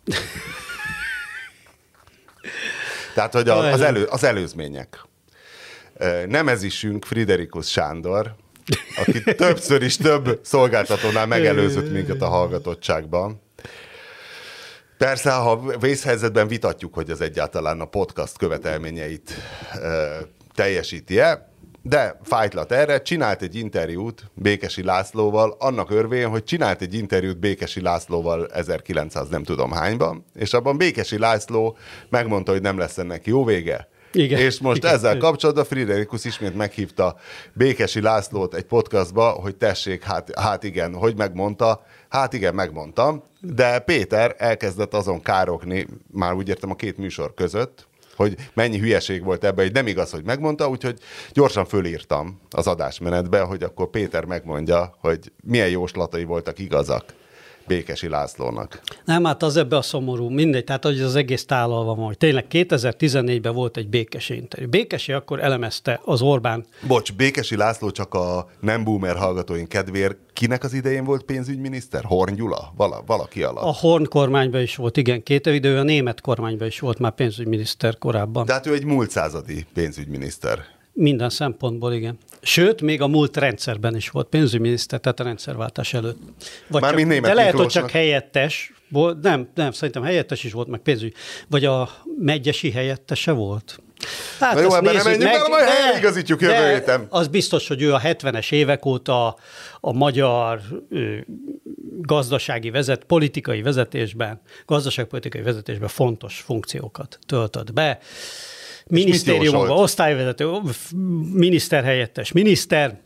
Tehát, hogy az előzmények. Nemezisünk Friderikus Sándor, aki többször is több szolgáltatónál megelőzött minket a hallgatottságban. Persze, ha vészhelyzetben vitatjuk, hogy ez egyáltalán a podcast követelményeit teljesíti-e, de fájtlat erre, csinált egy interjút Békesi Lászlóval, annak örvén, hogy csinált egy interjút Békesi Lászlóval 1900 nem tudom hányban, és abban Békesi László megmondta, hogy nem lesz ennek jó vége. Igen, és most ezzel kapcsolatban Friderikus ismét meghívta Békesi Lászlót egy podcastba, hogy tessék, hát igen, hogy megmondta, hát igen, megmondtam, de Péter elkezdett azon károkni, már úgy értem a két műsor között, hogy mennyi hülyeség volt ebben, hogy nem igaz, hogy megmondta, úgyhogy gyorsan fölírtam az adásmenetbe, hogy akkor Péter megmondja, hogy milyen jóslatai voltak igazak Békesi Lászlónak. Nem, hát az ebbe a szomorú, mindegy, tehát hogy az egész tálalva van, hogy tényleg 2014-ben volt egy Békesi interjú. Békesi akkor elemezte az Orbán. Bocs, Békesi László csak a nem boomer hallgatóink kedvéért, kinek az idején volt pénzügyminiszter? Horn Gyula? Valaki alatt? A Horn kormányban is volt, igen, 2 idő, a német kormányban is volt már pénzügyminiszter korábban. De hát ő egy múlt századi pénzügyminiszter. Minden szempontból, igen. Sőt, még a múlt rendszerben is volt pénzügyminiszter, tehát a rendszerváltás előtt. De lehet, hogy csak helyettes volt, nem, szerintem helyettes is volt, meg pénzügy. Vagy a megyesi helyettese volt. Hát na jó, ebben nem menjünk, de majd helyreigazítjuk jövő héten. Az biztos, hogy ő a 70-es évek óta a magyar gazdasági politikai vezetésben, gazdaságpolitikai vezetésben fontos funkciókat töltött be. Minisztériumban osztályvezető, miniszterhelyettes miniszter,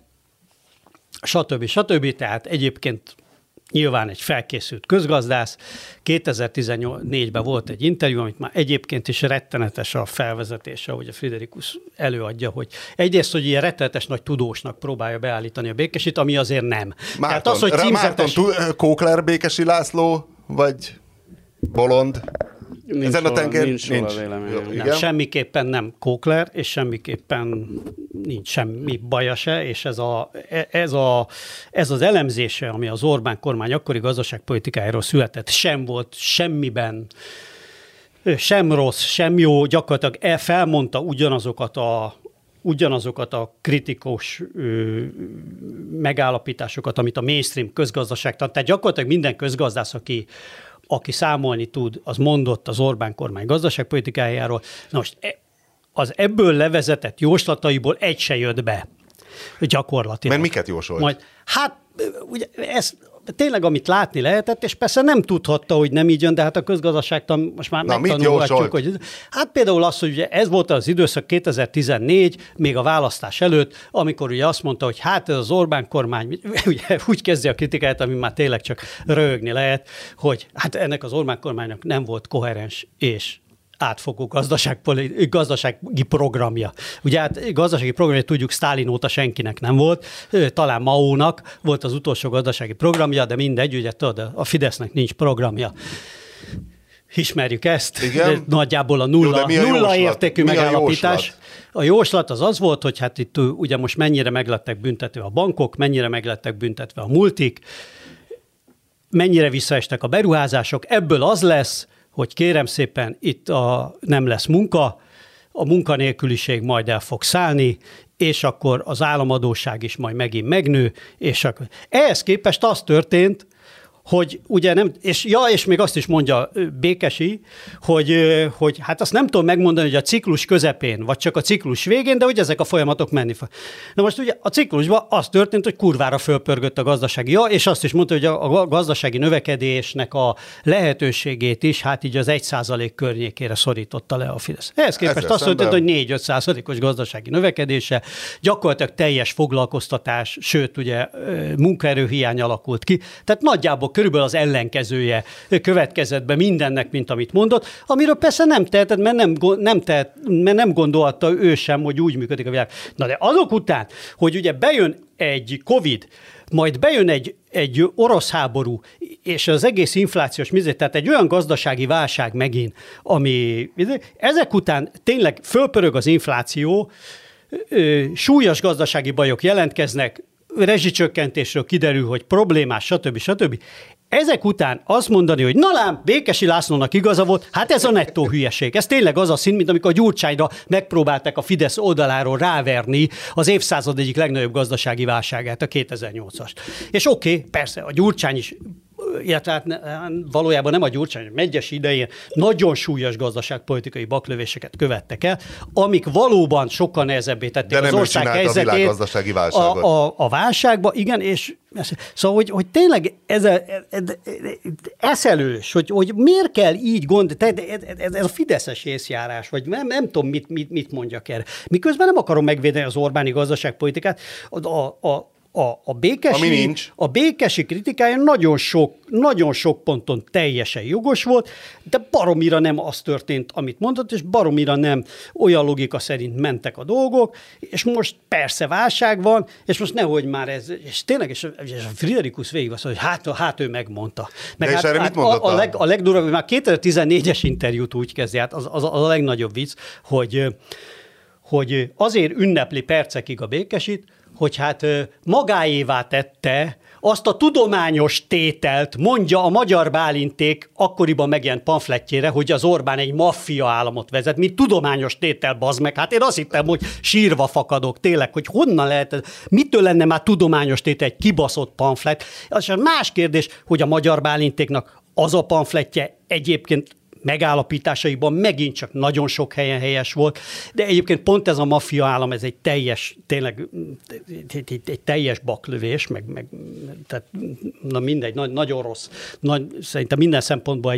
stb. Tehát egyébként nyilván egy felkészült közgazdász. 2014-ben volt egy interjú, amit már egyébként is rettenetes a felvezetése, ahogy a Friderikus előadja, hogy egyrészt, hogy ilyen rettenetes nagy tudósnak próbálja beállítani a Békesit, ami azért nem. Márton, az, hogy Kókler Békesi László, vagy bolond? Nincs nincs. Nem, semmiképpen nem Kókler, és semmiképpen nincs semmi baja se, és ez az elemzése, ami az Orbán kormány akkori gazdaságpolitikájáról született, sem volt semmiben, sem rossz, sem jó, gyakorlatilag felmondta ugyanazokat a kritikus megállapításokat, amit a mainstream közgazdaságtan, tehát gyakorlatilag minden közgazdász, aki számolni tud, az mondott az Orbán kormány gazdaságpolitikájáról. Na most az ebből levezetett jóslataiból egy se jött be gyakorlatilag. Mert miket jósolt? Hát ugye ez tényleg, amit látni lehetett, és persze nem tudhatta, hogy nem így jön, de hát a közgazdaságtan most már megtanulhatjuk, hogy... Hát például az, hogy ugye ez volt az időszak 2014, még a választás előtt, amikor ugye azt mondta, hogy hát ez az Orbán kormány, ugye úgy kezdi a kritikát, ami már tényleg csak röhögni lehet, hogy hát ennek az Orbán kormánynak nem volt koherens és átfogó gazdasági programja. Ugye hát gazdasági programja, tudjuk, Sztálin óta senkinek nem volt, talán Maónak volt az utolsó gazdasági programja, de mindegy, ugye tudod, a Fidesznek nincs programja. Ismerjük ezt, igen. Nagyjából a nulla értékű megállapítás. A jóslat az volt, hogy hát itt ugye most mennyire meglettek büntetve a bankok, mennyire meglettek büntetve a multik, mennyire visszaestek a beruházások, ebből az lesz, hogy kérem szépen, itt nem lesz munka, a munkanélküliség majd el fog szállni, és akkor az államadósság is majd megint megnő, és akkor ehhez képest az történt, hogy ugye nem, és még azt is mondja Békesi, hogy hát azt nem tudom megmondani, hogy a ciklus közepén, vagy csak a ciklus végén, de hogy ezek a folyamatok menni fog. Na most ugye a ciklusban az történt, hogy kurvára fölpörgött a gazdasági, és azt is mondta, hogy a gazdasági növekedésnek a lehetőségét is, hát így az 1% környékére szorította le a Fidesz. Ehhez képest azt mondta, hogy 4-5%-os gazdasági növekedése, gyakorlatilag teljes foglalkoztatás, sőt ugye munkaerőhiány alakult ki, tehát nagyjából körülbelül az ellenkezője következett be mindennek, mint amit mondott, amiről persze nem tehetett, mert nem gondolta ő sem, hogy úgy működik a világ. Na de azok után, hogy ugye bejön egy Covid, majd bejön egy orosz háború, és az egész inflációs mizé, tehát egy olyan gazdasági válság megint, ami ezek után tényleg fölpörög az infláció, súlyos gazdasági bajok jelentkeznek, rezsicsökkentésről kiderül, hogy problémás, stb. Ezek után azt mondani, hogy na lám, Békesi Lászlónak igaza volt, hát ez a nettó hülyeség. Ez tényleg az a szint, mint amikor a Gyurcsányra megpróbálták a Fidesz oldaláról ráverni az évszázad egyik legnagyobb gazdasági válságát, a 2008-ast. És oké, persze, a Gyurcsány is, illetve hát valójában nem a Gyurcsány, Medgyessy idején nagyon súlyos gazdaságpolitikai baklövéseket követtek el, amik valóban sokkal nehezebbé tették az ország helyzetét. A világgazdasági válságot. A válságba, igen, és szóval, hogy tényleg ez eszelős, hogy miért kell így ez a fideszes észjárás, vagy nem tudom, mit mondjak erre. Miközben nem akarom megvédeni az Orbáni gazdaságpolitikát, a Békesi kritikája nagyon sok ponton teljesen jogos volt, de baromira nem az történt, amit mondott, és baromira nem olyan logika szerint mentek a dolgok, és most persze válság van, és most nehogy már ez, és tényleg, és a Friderikus végig azt mondja, hogy hát ő megmondta. Meg hát, erre mit mondott? A legdurvább, hogy már 2014-es interjút úgy kezdi, hát az a legnagyobb vicc, hogy azért ünnepli percekig a Békesit, hogy hát magáévá tette azt a tudományos tételt, mondja a Magyar Bálinték akkoriban megjelent pamflettjére, hogy az Orbán egy maffia államot vezet, mint tudományos tétel, bazd meg. Hát én azt hittem, hogy sírva fakadok tényleg, hogy honnan lehet, mitől lenne már tudományos tétel egy kibaszott pamflett. Az más kérdés, hogy a Magyar Bálintéknak az a pamflettje egyébként megállapításaiban megint csak nagyon sok helyen helyes volt, de egyébként pont ez a maffia állam, ez egy teljes, tényleg egy teljes baklövés, tehát na mindegy, nagyon rossz. Szerintem minden szempontból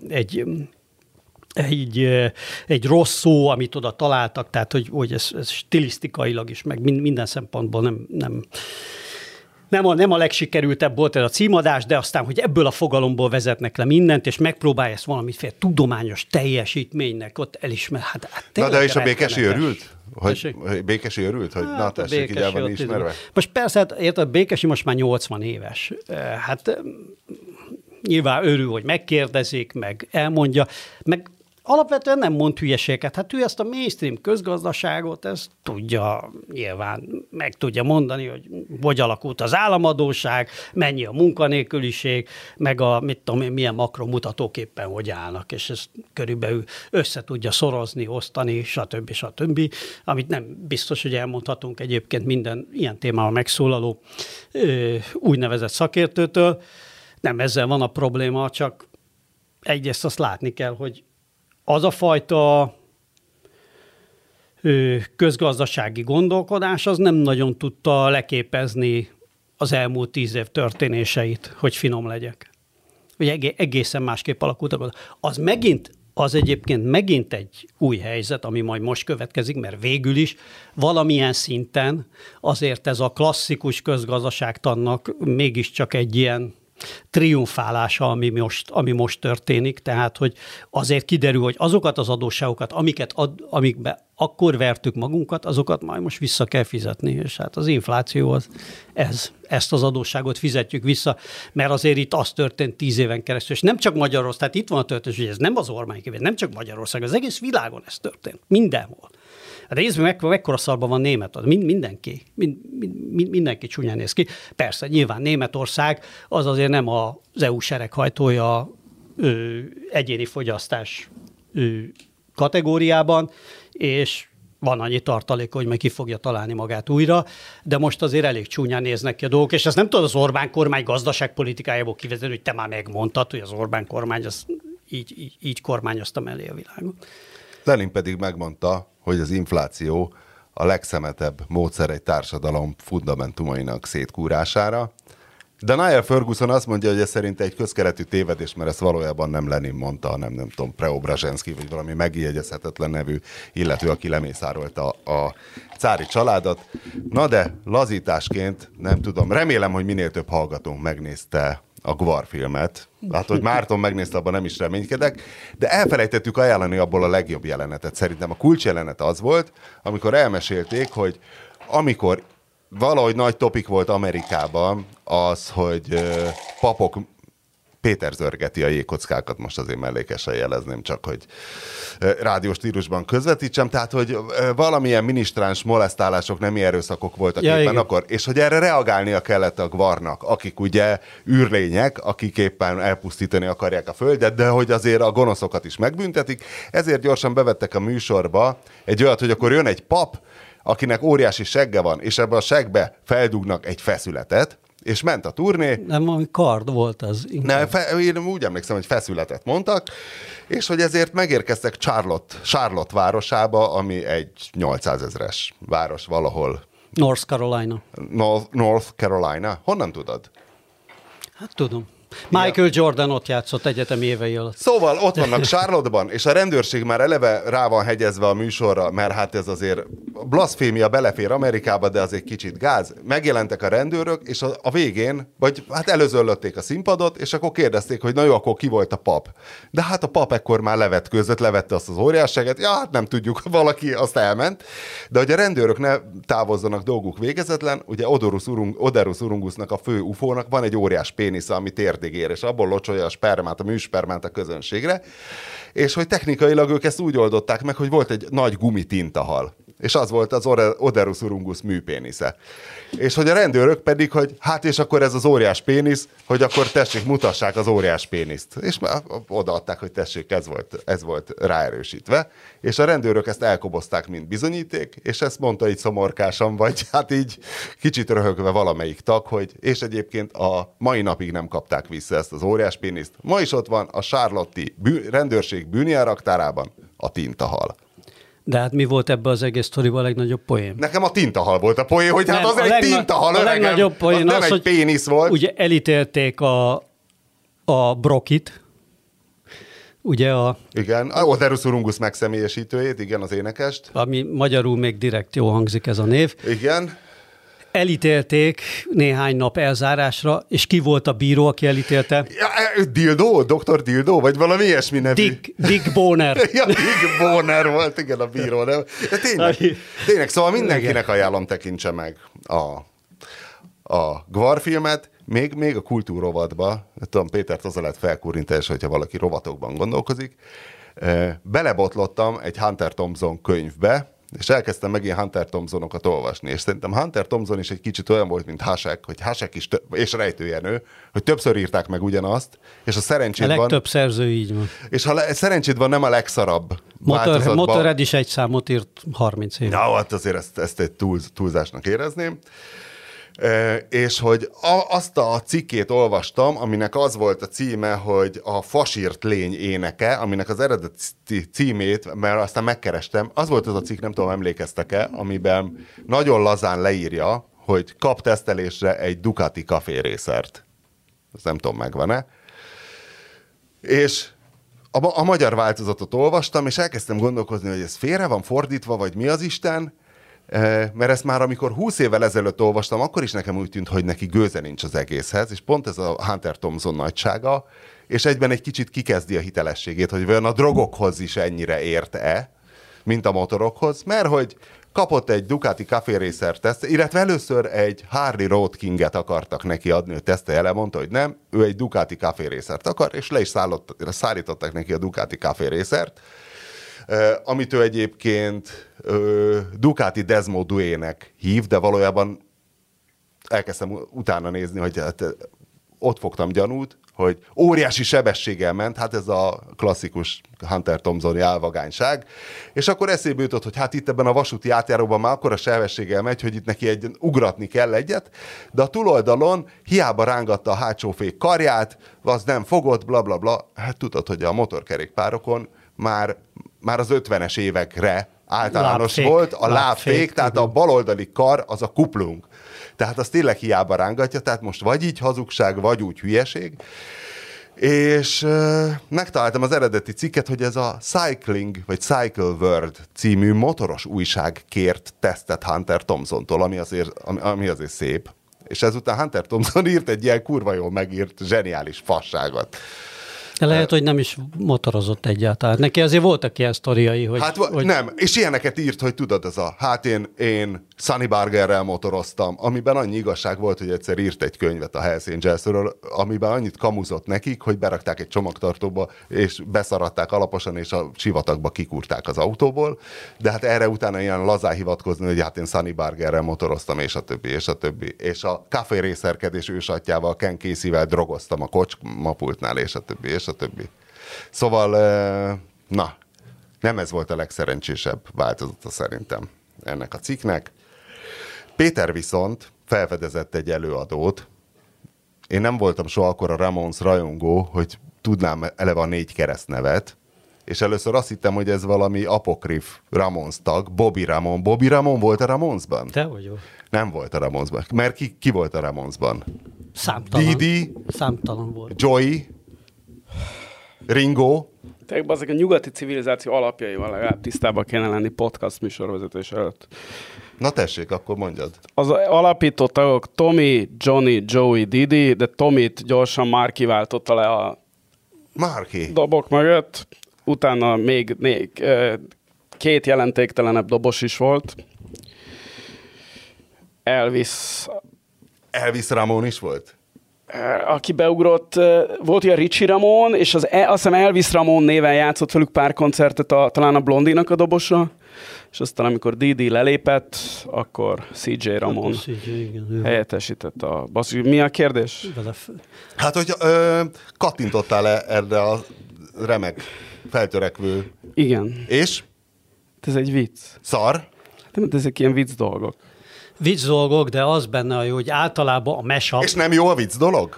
egy rossz szó, amit oda találtak, tehát hogy ez stilisztikailag is, meg minden szempontból nem a legsikerültebb volt ez a címadás, de aztán, hogy ebből a fogalomból vezetnek le mindent, és megpróbálja ezt valamiféle tudományos teljesítménynek ott elismerni. Hát na de és a Békesi örült? Békesi örült, hogy na tessék, így el van ismerve? Most persze, hát érted, Békesi most már 80 éves. Hát nyilván örül, hogy megkérdezik, meg elmondja, meg alapvetően nem mond hülyeséget. Hát ő ezt a mainstream közgazdaságot, ezt tudja, nyilván meg tudja mondani, hogy alakult az államadósság, mennyi a munkanélküliség, meg mit tudom én, milyen makromutatóképpen hogy állnak, és ezt körülbelül össze tudja szorozni, osztani, stb. Amit nem biztos, hogy elmondhatunk egyébként minden ilyen témával megszólaló úgynevezett szakértőtől. Nem ezzel van a probléma, csak egyrészt azt látni kell, hogy az a fajta közgazdasági gondolkodás, az nem nagyon tudta leképezni az elmúlt 10 év történéseit, hogy finom legyek. Ugye egészen másképp alakultak. Az egyébként megint egy új helyzet, ami majd most következik, mert végül is valamilyen szinten azért ez a klasszikus közgazdaságtannak mégiscsak egy ilyen triumfálása, ami most történik, tehát hogy azért kiderül, hogy azokat az adósságokat, amikbe akkor vertük magunkat, azokat majd most vissza kell fizetni, és hát az infláció az ezt az adósságot fizetjük vissza, mert azért itt az történt 10 éven keresztül, és nem csak Magyarország, tehát itt van a történet, hogy ez nem az Orbán kérdés, nem csak Magyarország, az egész világon ez történt, mindenhol. Részben mekkora szarban van Németország, mindenki csúnyán néz ki. Persze, nyilván Németország az azért nem az EU sereghajtója egyéni fogyasztás kategóriában, és van annyi tartalék, hogy meg ki fogja találni magát újra, de most azért elég csúnyán néznek ki a dolgok, és ezt nem tudod az Orbán kormány gazdaságpolitikájából kivezetni, hogy te már megmondtad, hogy az Orbán kormány az így kormányozta mellé a világon. Lenin pedig megmondta, hogy az infláció a legszemetebb módszer egy társadalom fundamentumainak szétkúrására. De Niall Ferguson azt mondja, hogy ez szerint egy közkeletű tévedés, mert ezt valójában nem Lenin mondta, hanem nem tudom, Preobrazhensky, vagy valami megjegyezhetetlen nevű illető, aki lemészárolta a cári családot. Na de lazításként, nem tudom, remélem, hogy minél több hallgatónk megnézte a Gvar filmet. Hát, hogy Márton megnézte, abban nem is reménykedek, de elfelejtettük ajánlani abból a legjobb jelenetet. Szerintem a kulcsjelenet az volt, amikor elmesélték, hogy amikor valahogy nagy topik volt Amerikában az, hogy papok Péter zörgeti a jégkockákat, most azért mellékesen jelezném, csak hogy rádiós stílusban közvetítsem, tehát hogy valamilyen minisztráns molesztálások, nemi erőszakok voltak éppen akkor, és hogy erre reagálnia kellett a Gvarnak, akik ugye űrlények, akik éppen elpusztítani akarják a földet, de hogy azért a gonoszokat is megbüntetik, ezért gyorsan bevettek a műsorba egy olyat, hogy akkor jön egy pap, akinek óriási segge van, és ebbe a seggbe feldugnak egy feszületet, és ment a turné. Nem, valami kard volt az. Én úgy emlékszem, hogy feszületet mondtak, és hogy ezért megérkeztek Charlotte városába, ami egy 800 000-es város valahol. North Carolina. North Carolina? Honnan tudod? Hát tudom. Michael Jordan ott játszott egyetemi évei alatt. Szóval ott vannak Charlotte-ban, és a rendőrség már eleve rá van hegyezve a műsorra, mert hát ez azért blaszfémia, belefér Amerikába, de az egy kicsit gáz. Megjelentek a rendőrök, és a végén, vagy hát előzöllötték a színpadot, és akkor kérdezték, hogy na jó, akkor ki volt a pap. De hát a pap ekkor már levette azt az óriásságet, ja, hát nem tudjuk, valaki azt elment. De hogy a rendőrök ne távozzanak dolguk végezetlen, ugye Oderus Urungusnak, a fő ufónak van egy óriás pénisze, ami térdig ér, és abból locsolja a spermát, a műspermát a közönségre, és hogy technikailag ők ezt úgy oldották meg, hogy volt egy nagy gumitintahal, és az volt az Oderus Urungus műpénisze. És hogy a rendőrök pedig, hogy hát és akkor ez az óriás pénisz, hogy akkor tessék, mutassák az óriás péniszt. És odaadták, hogy tessék, ez volt ráerősítve. És a rendőrök ezt elkobozták, mint bizonyíték, és ezt mondta így szomorkásan, vagy hát így kicsit röhögve valamelyik tag, hogy és egyébként a mai napig nem kapták vissza ezt az óriás péniszt. Ma is ott van a Charlotte-i rendőrség bűnjáraktárában a tintahal. De hát mi volt ebben az egész sztoriban a legnagyobb poén? Nekem a tintahal volt a poén, hogy hát az egy tintahal, a legnagyobb poén az nem egy pénisz volt. Ugye elítélték a Brokit, ugye Igen, a Oderus Urungus megszemélyesítőjét, igen, az énekest. Ami magyarul még direkt jól hangzik ez a név. Igen. Elítélték néhány nap elzárásra, és ki volt a bíró, aki elítélte? Ja, Dildo? Dr. Dildo? Vagy valami ilyesmi nevű? Dick Boner. Ja, Dick Boner volt, igen, a bíró. De tényleg, szóval mindenkinek ajánlom, tekintse meg a Gvar filmet, még a kultúrrovatba, tudom, Pétert azzal lehet felkúrintani, hogyha valaki rovatokban gondolkozik, belebotlottam egy Hunter Thompson könyvbe, és elkezdtem megint Hunter Thompsonokat olvasni, és szerintem Hunter Thompson is egy kicsit olyan volt, mint Hasek, hogy Hasek is, és Rejtőjenő, hogy többször írták meg ugyanazt, és a szerencséd van... A legtöbb szerző így van. És ha szerencséd van, nem a legszarabb változatban. Motorhead is egy számot írt 30 év. Na, hát azért ezt egy túlzásnak érezném. És hogy azt a cikkét olvastam, aminek az volt a címe, hogy a Fasírt lény éneke, aminek az eredeti címét, mert aztán megkerestem, az volt az a cikk, nem tudom, emlékeztek-e, amiben nagyon lazán leírja, hogy kap tesztelésre egy Ducati kaférészert. Ezt nem tudom, megvan-e. És a magyar változatot olvastam, és elkezdtem gondolkozni, hogy ez félre van fordítva, vagy mi az Isten, mert ezt már amikor 20 évvel ezelőtt olvastam, akkor is nekem úgy tűnt, hogy neki gőze nincs az egészhez, és pont ez a Hunter Thompson nagysága, és egyben egy kicsit kikezdi a hitelességét, hogy vajon a drogokhoz is ennyire ért-e, mint a motorokhoz, mert hogy kapott egy Ducati Café Racer teszt, illetve először egy Harley Road Kinget akartak neki adni, hogy tesztelje le, mondta, hogy nem, ő egy Ducati Café Racert akar, és le is szállították neki a Ducati Café Racert, amit ő egyébként Ducati Desmo Dué-nek hív, de valójában elkezdtem utána nézni, hogy hát ott fogtam gyanút, hogy óriási sebességgel ment, hát ez a klasszikus Hunter Thompson-i álvagányság, és akkor eszébe jutott, hogy hát itt ebben a vasúti átjáróban már akkora sebességgel megy, hogy itt neki ugratni kell egyet, de a túloldalon hiába rángatta a hátsó fék karját, az nem fogott, blablabla, bla, bla. Hát tudod, hogy a motorkerékpárokon már az 50-es évekre általános volt a lábfék, tehát a baloldali kar az a kuplung. Tehát az tényleg hiába rángatja, tehát most vagy így hazugság, vagy úgy hülyeség. És megtaláltam az eredeti cikket, hogy ez a Cycling, vagy Cycle World című motoros újság kért tesztet Hunter Thompsontól, ami azért szép. És ezután Hunter Thompson írt egy ilyen kurva jól megírt, zseniális fasságot. De lehet, hogy nem is motorozott egyáltalán. Neki azért voltak ilyen sztoriai, hogy... Hát nem, és ilyeneket írt, hogy tudod, ez a, hát én Sunny Bargerrel motoroztam, amiben annyi igazság volt, hogy egyszer írt egy könyvet a Hells Angelsről, amiben annyit kamuzott nekik, hogy berakták egy csomagtartóba, és beszaradták alaposan, és a sivatagba kikúrták az autóból, de hát erre utána ilyen lazán hivatkozni, hogy hát én Sunny Bargerrel motoroztam, és a többi, és a többi. És a Café Racerkedés ősatjával, Ken Casey-vel drogoztam a kocsmapultnál, és a többi, és a többi. Szóval, na, nem ez volt a legszerencsésebb változata szerintem ennek a cikknek. Péter viszont felfedezett egy előadót. Én nem voltam soha akkor a Ramones rajongó, hogy tudnám eleve a 4 keresztnevet, és először azt hittem, hogy ez valami apokrif Ramones tag, Bobby Ramone. Bobby Ramone volt a Ramonesban? Dehogy jó. Nem volt a Ramonesban. Mert ki volt a Ramonesban? Számtalan. Didi? Számtalan volt. Joey? Ringo? Tehát azok a nyugati civilizáció alapjaival legalább tisztában kéne lenni podcast műsorvezetés előtt. Na tessék, akkor mondjad. Az alapító tagok Tommy, Johnny, Joey, Didi, de Tommyt gyorsan Marky váltotta le a dobok mögött. Utána még 2 jelentéktelenebb dobos is volt. Elvis Ramone is volt? Aki beugrott, volt ilyen Richie Ramone, és azt hiszem Elvis Ramone néven játszott velük pár koncertet, talán a Blondinak a dobosa, és aztán amikor Didi lelépett, akkor CJ Ramone helyettesített a basszus. Mi a kérdés? Hát, hogy kattintottál erre a remek, feltörekvő... Igen. És? Ez egy vicc. Szar? De ezek ilyen vicc dolgok. Vicc dolgok, de az benne a jó, hogy általában a mashup... És nem jó a vicc dolog?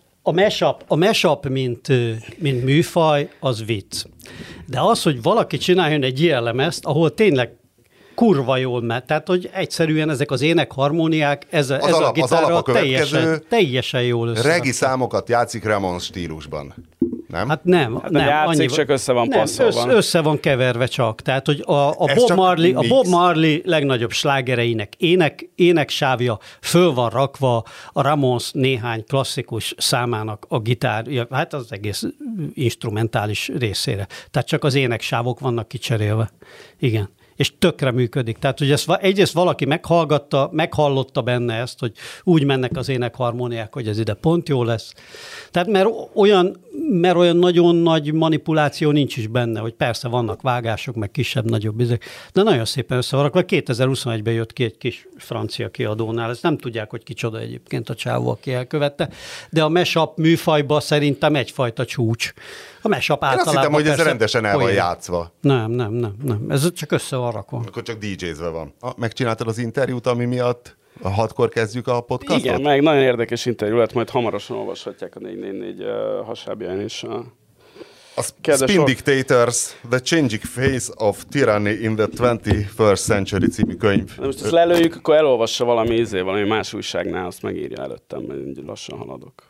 A mashup mint műfaj, az vicc. De az, hogy valaki csináljon egy ilyen lemezt, ahol tényleg kurva jól megy, tehát hogy egyszerűen ezek az énekharmóniák, ez a gitárra teljesen jól összerakta. Regi számokat játszik Ramones stílusban. Nem? Hát nem. Játszik, csak össze van passzolva. Össze van keverve csak. Tehát, hogy a Bob Marley legnagyobb slágereinek éneksávja föl van rakva a Ramones néhány klasszikus számának a gitár, hát az egész instrumentális részére. Tehát csak az éneksávok vannak kicserélve. Igen. És tökre működik. Tehát, hogy ezt egyrészt valaki meghallotta benne ezt, hogy úgy mennek az énekharmóniák, hogy ez ide pont jó lesz. Tehát mert olyan nagyon nagy manipuláció nincs is benne, hogy persze vannak vágások, meg kisebb-nagyobb izek, de nagyon szépen összevarak. 2021-ben jött ki egy kis francia kiadónál, ezt nem tudják, hogy kicsoda egyébként a csávó, aki elkövette, de a mashup műfajban szerintem egyfajta csúcs. A mashup általában... Én azt hittem, hogy ez rendesen el van játszva. Nem. Ez csak össze van rakva. Akkor csak DJ-zve van. Megcsináltad az interjút, ami miatt 6-kor kezdjük a podcastot? Igen, meg nagyon érdekes interjú lett, majd hamarosan olvashatják a 444 hasábján is. A Spin Dictators, The Changing Face of Tyranny in the 21st Century című könyv. De most ezt lelőjük, akkor elolvassa valami más újságnál, azt megírja előttem, mert lassan haladok.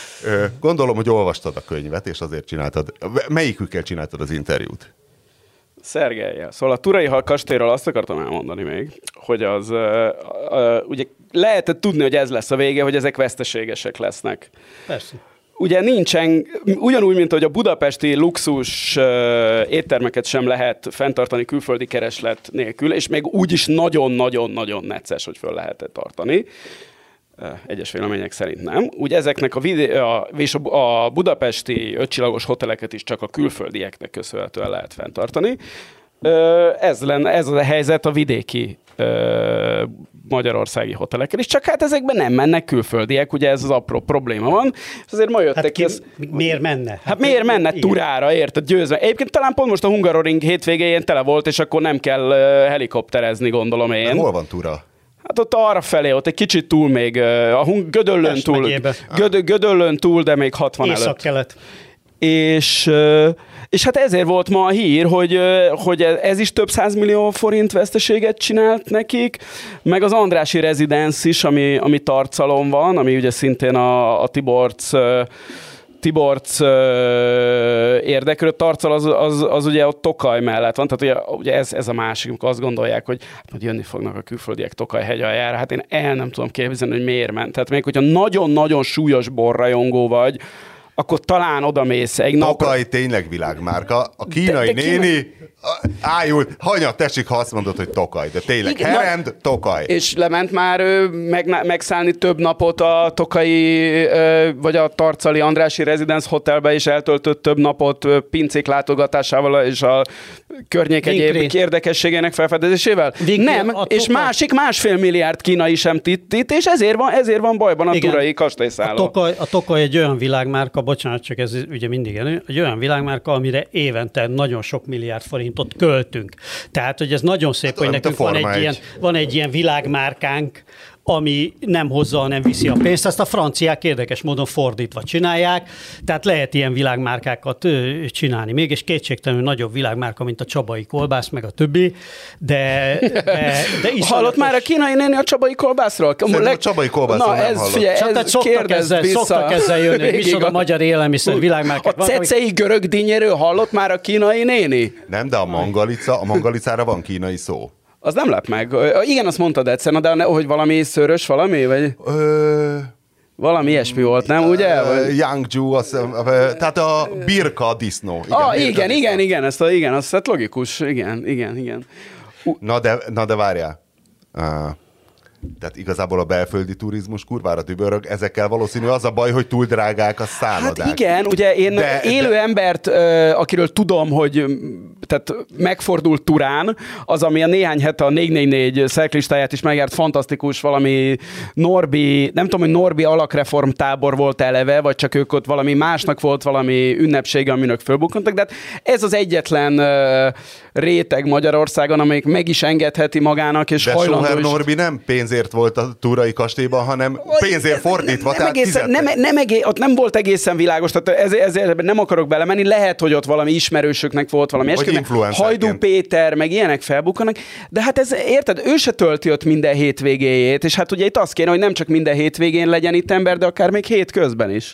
Gondolom, hogy olvastad a könyvet, és azért csináltad. Melyikükkel csináltad az interjút? Szergellyel. Szóval a Turai kastélyról azt akartam elmondani még, hogy az ugye lehetett tudni, hogy ez lesz a vége, hogy ezek veszteségesek lesznek. Persze. Ugye nincsen, ugyanúgy, mint hogy a budapesti luxus éttermeket sem lehet fenntartani külföldi kereslet nélkül, és még úgy is nagyon-nagyon-nagyon necces, hogy föl lehet tartani. Egyes vélemények szerint nem. Úgy ezeknek és a budapesti 5 csillagos hoteleket is csak a külföldieknek köszönhetően lehet fenntartani. Ez a helyzet a vidéki magyarországi hotelekkel is, csak hát ezekben nem mennek külföldiek, ugye ez az apró probléma van. És azért ma jöttek miért menne? Hát miért menne turára, érted, győzve? Egyébként talán pont most a Hungaroring hétvégén tele volt, és akkor nem kell helikopterezni, gondolom én. Hol van túra? Hát ott arra felé, ott egy kicsit túl még, a Gödöllőn túl, de még 60 előtt. Észak-kelet. És hát ezért volt ma a hír, hogy ez is több 100 millió forint veszteséget csinált nekik, meg az Andrássy Residence is, ami Tarcalon van, ami ugye szintén a Tiborcs érdekelő. Tarcal az ugye ott Tokaj mellett van, tehát ugye ez a másik, amikor azt gondolják, hogy hát jönni fognak a külföldiek Tokaj hegy aljára, hát én nem tudom képzelni, hogy miért ment. Tehát még hogyha nagyon-nagyon súlyos borrajongó vagy, akkor talán odamész egy napra. Tokaj tényleg világmárka. A kínai néni ájul, hanyat tessék, ha azt mondod, hogy Tokaj, de tényleg igen, Herend, Tokaj. És lement már megszállni több napot a tokai, vagy a tarcali Andrássy Residence Hotelbe, és eltöltött több napot pincék látogatásával és a környék egyéb érdekességének felfedezésével? Nem, és másik 1,5 milliárd kínai sem titt, és ezért van bajban a igen, Turai kastélyszálló. A Tokaj egy olyan világmárka, bocsánat, csak ez ugye mindig egy olyan világmárka, amire évente nagyon sok milliárd forintot költünk. Tehát, hogy ez nagyon szép, hát, hogy nekünk van egy ilyen világmárkánk, ami nem hozza, nem viszi a pénzt. Ezt a franciák érdekes módon fordítva csinálják, tehát lehet ilyen világmárkákat csinálni. Mégis kétségtelenül nagyobb világmárka, mint a Csabai kolbász, meg a többi, de hallott már a kínai néni a Csabai kolbászról? A Csabai kolbászról nem hallott. Szoktak ezzel jönni, hogy micsoda magyar élelmiszer világmárkák. A cecei görög dinnyéről hallott már a kínai néni? Nem, de a mangalicára van kínai szó. Az nem lep meg. Igen, azt mondtad egyszer, de hogy valami szőrös valami? Vagy? Valami ilyesmi volt, nem ugye? Yangzhou, tehát a birka disznó. Igen, azt hát logikus. Igen. Na de várjál. Tehát igazából a belföldi turizmus kurvára dübörög, ezekkel valószínű az a baj, hogy túl drágák a szállodák. Hát igen, ugye én élő embert, akiről tudom, hogy tehát megfordult Turán, az, ami a néhány hete a 444 szerklistáját is megjárt, fantasztikus, valami Norbi, nem tudom, hogy Norbi alakreform tábor volt eleve, vagy csak ők ott valami másnak volt valami ünnepsége, aminek fölbukkantak, de hát ez az egyetlen réteg Magyarországon, amelyik meg is engedheti magának, és hajlandó is... Norbi nem pénzért volt a Turai kastélyban, hanem pénzért fordítva. Ott nem volt egészen világos, tehát ezért nem akarok belemenni, lehet, hogy ott valami ismerősöknek volt valami esküvő, Hajdú Péter, meg ilyenek felbukkanak, de hát ez, érted, ő se tölti ott minden hétvégéjét, és hát ugye itt azt kéne, hogy nem csak minden hétvégén legyen itt ember, de akár még hétközben is.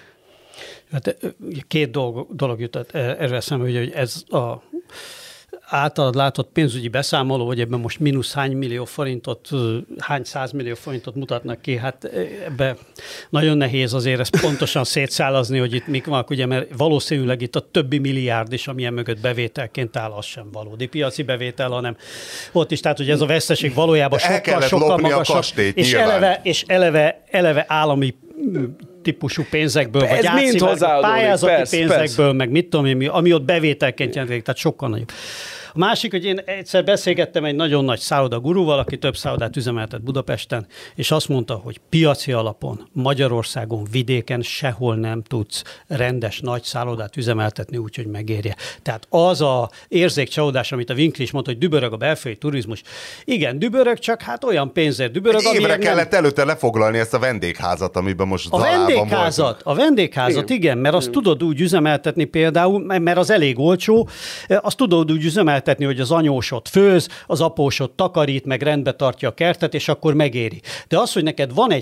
Hát két dolog jutott erre eszembe, hogy ez a általad látott pénzügyi beszámoló, hogy ebben most mínusz hány millió forintot, hány 100 millió forintot mutatnak ki, hát ebbe nagyon nehéz azért ezt pontosan szétszálazni, hogy itt mik vannak, ugye, mert valószínűleg itt a többi milliárd is, amilyen mögött bevételként áll, az sem valódi piaci bevétel, hanem ott is, tehát hogy ez a veszteség valójában sokkal magasabb, és eleve állami típusú pénzekből, vagy pályázati pénzekből, meg mit tudom én, ami ott bevételként jelentik, tehát sokkal nagyobb. A másik, hogy én egyszer beszélgettem egy nagyon nagy szállodagurúval, aki több szállodát üzemeltet Budapesten, és azt mondta, hogy piaci alapon Magyarországon, vidéken sehol nem tudsz rendes nagy szállodát üzemeltetni úgy, hogy megérje. Tehát az a érzékcsalódás, amit a Winkli is mondta, hogy dübörög a belföldi turizmus. Igen, dübörög, csak hát olyan pénzért dübörög, évre kellett előtte lefoglalni ezt a vendégházat, amiben most a vendégházat, igen, mert azt tudod úgy üzemeltetni például, mert az elég olcsó, azt tudod úgy üzemeltetni, hogy az anyósod főz, az apósod takarít, meg rendbe tartja a kertet, és akkor megéri. De az, hogy neked van egy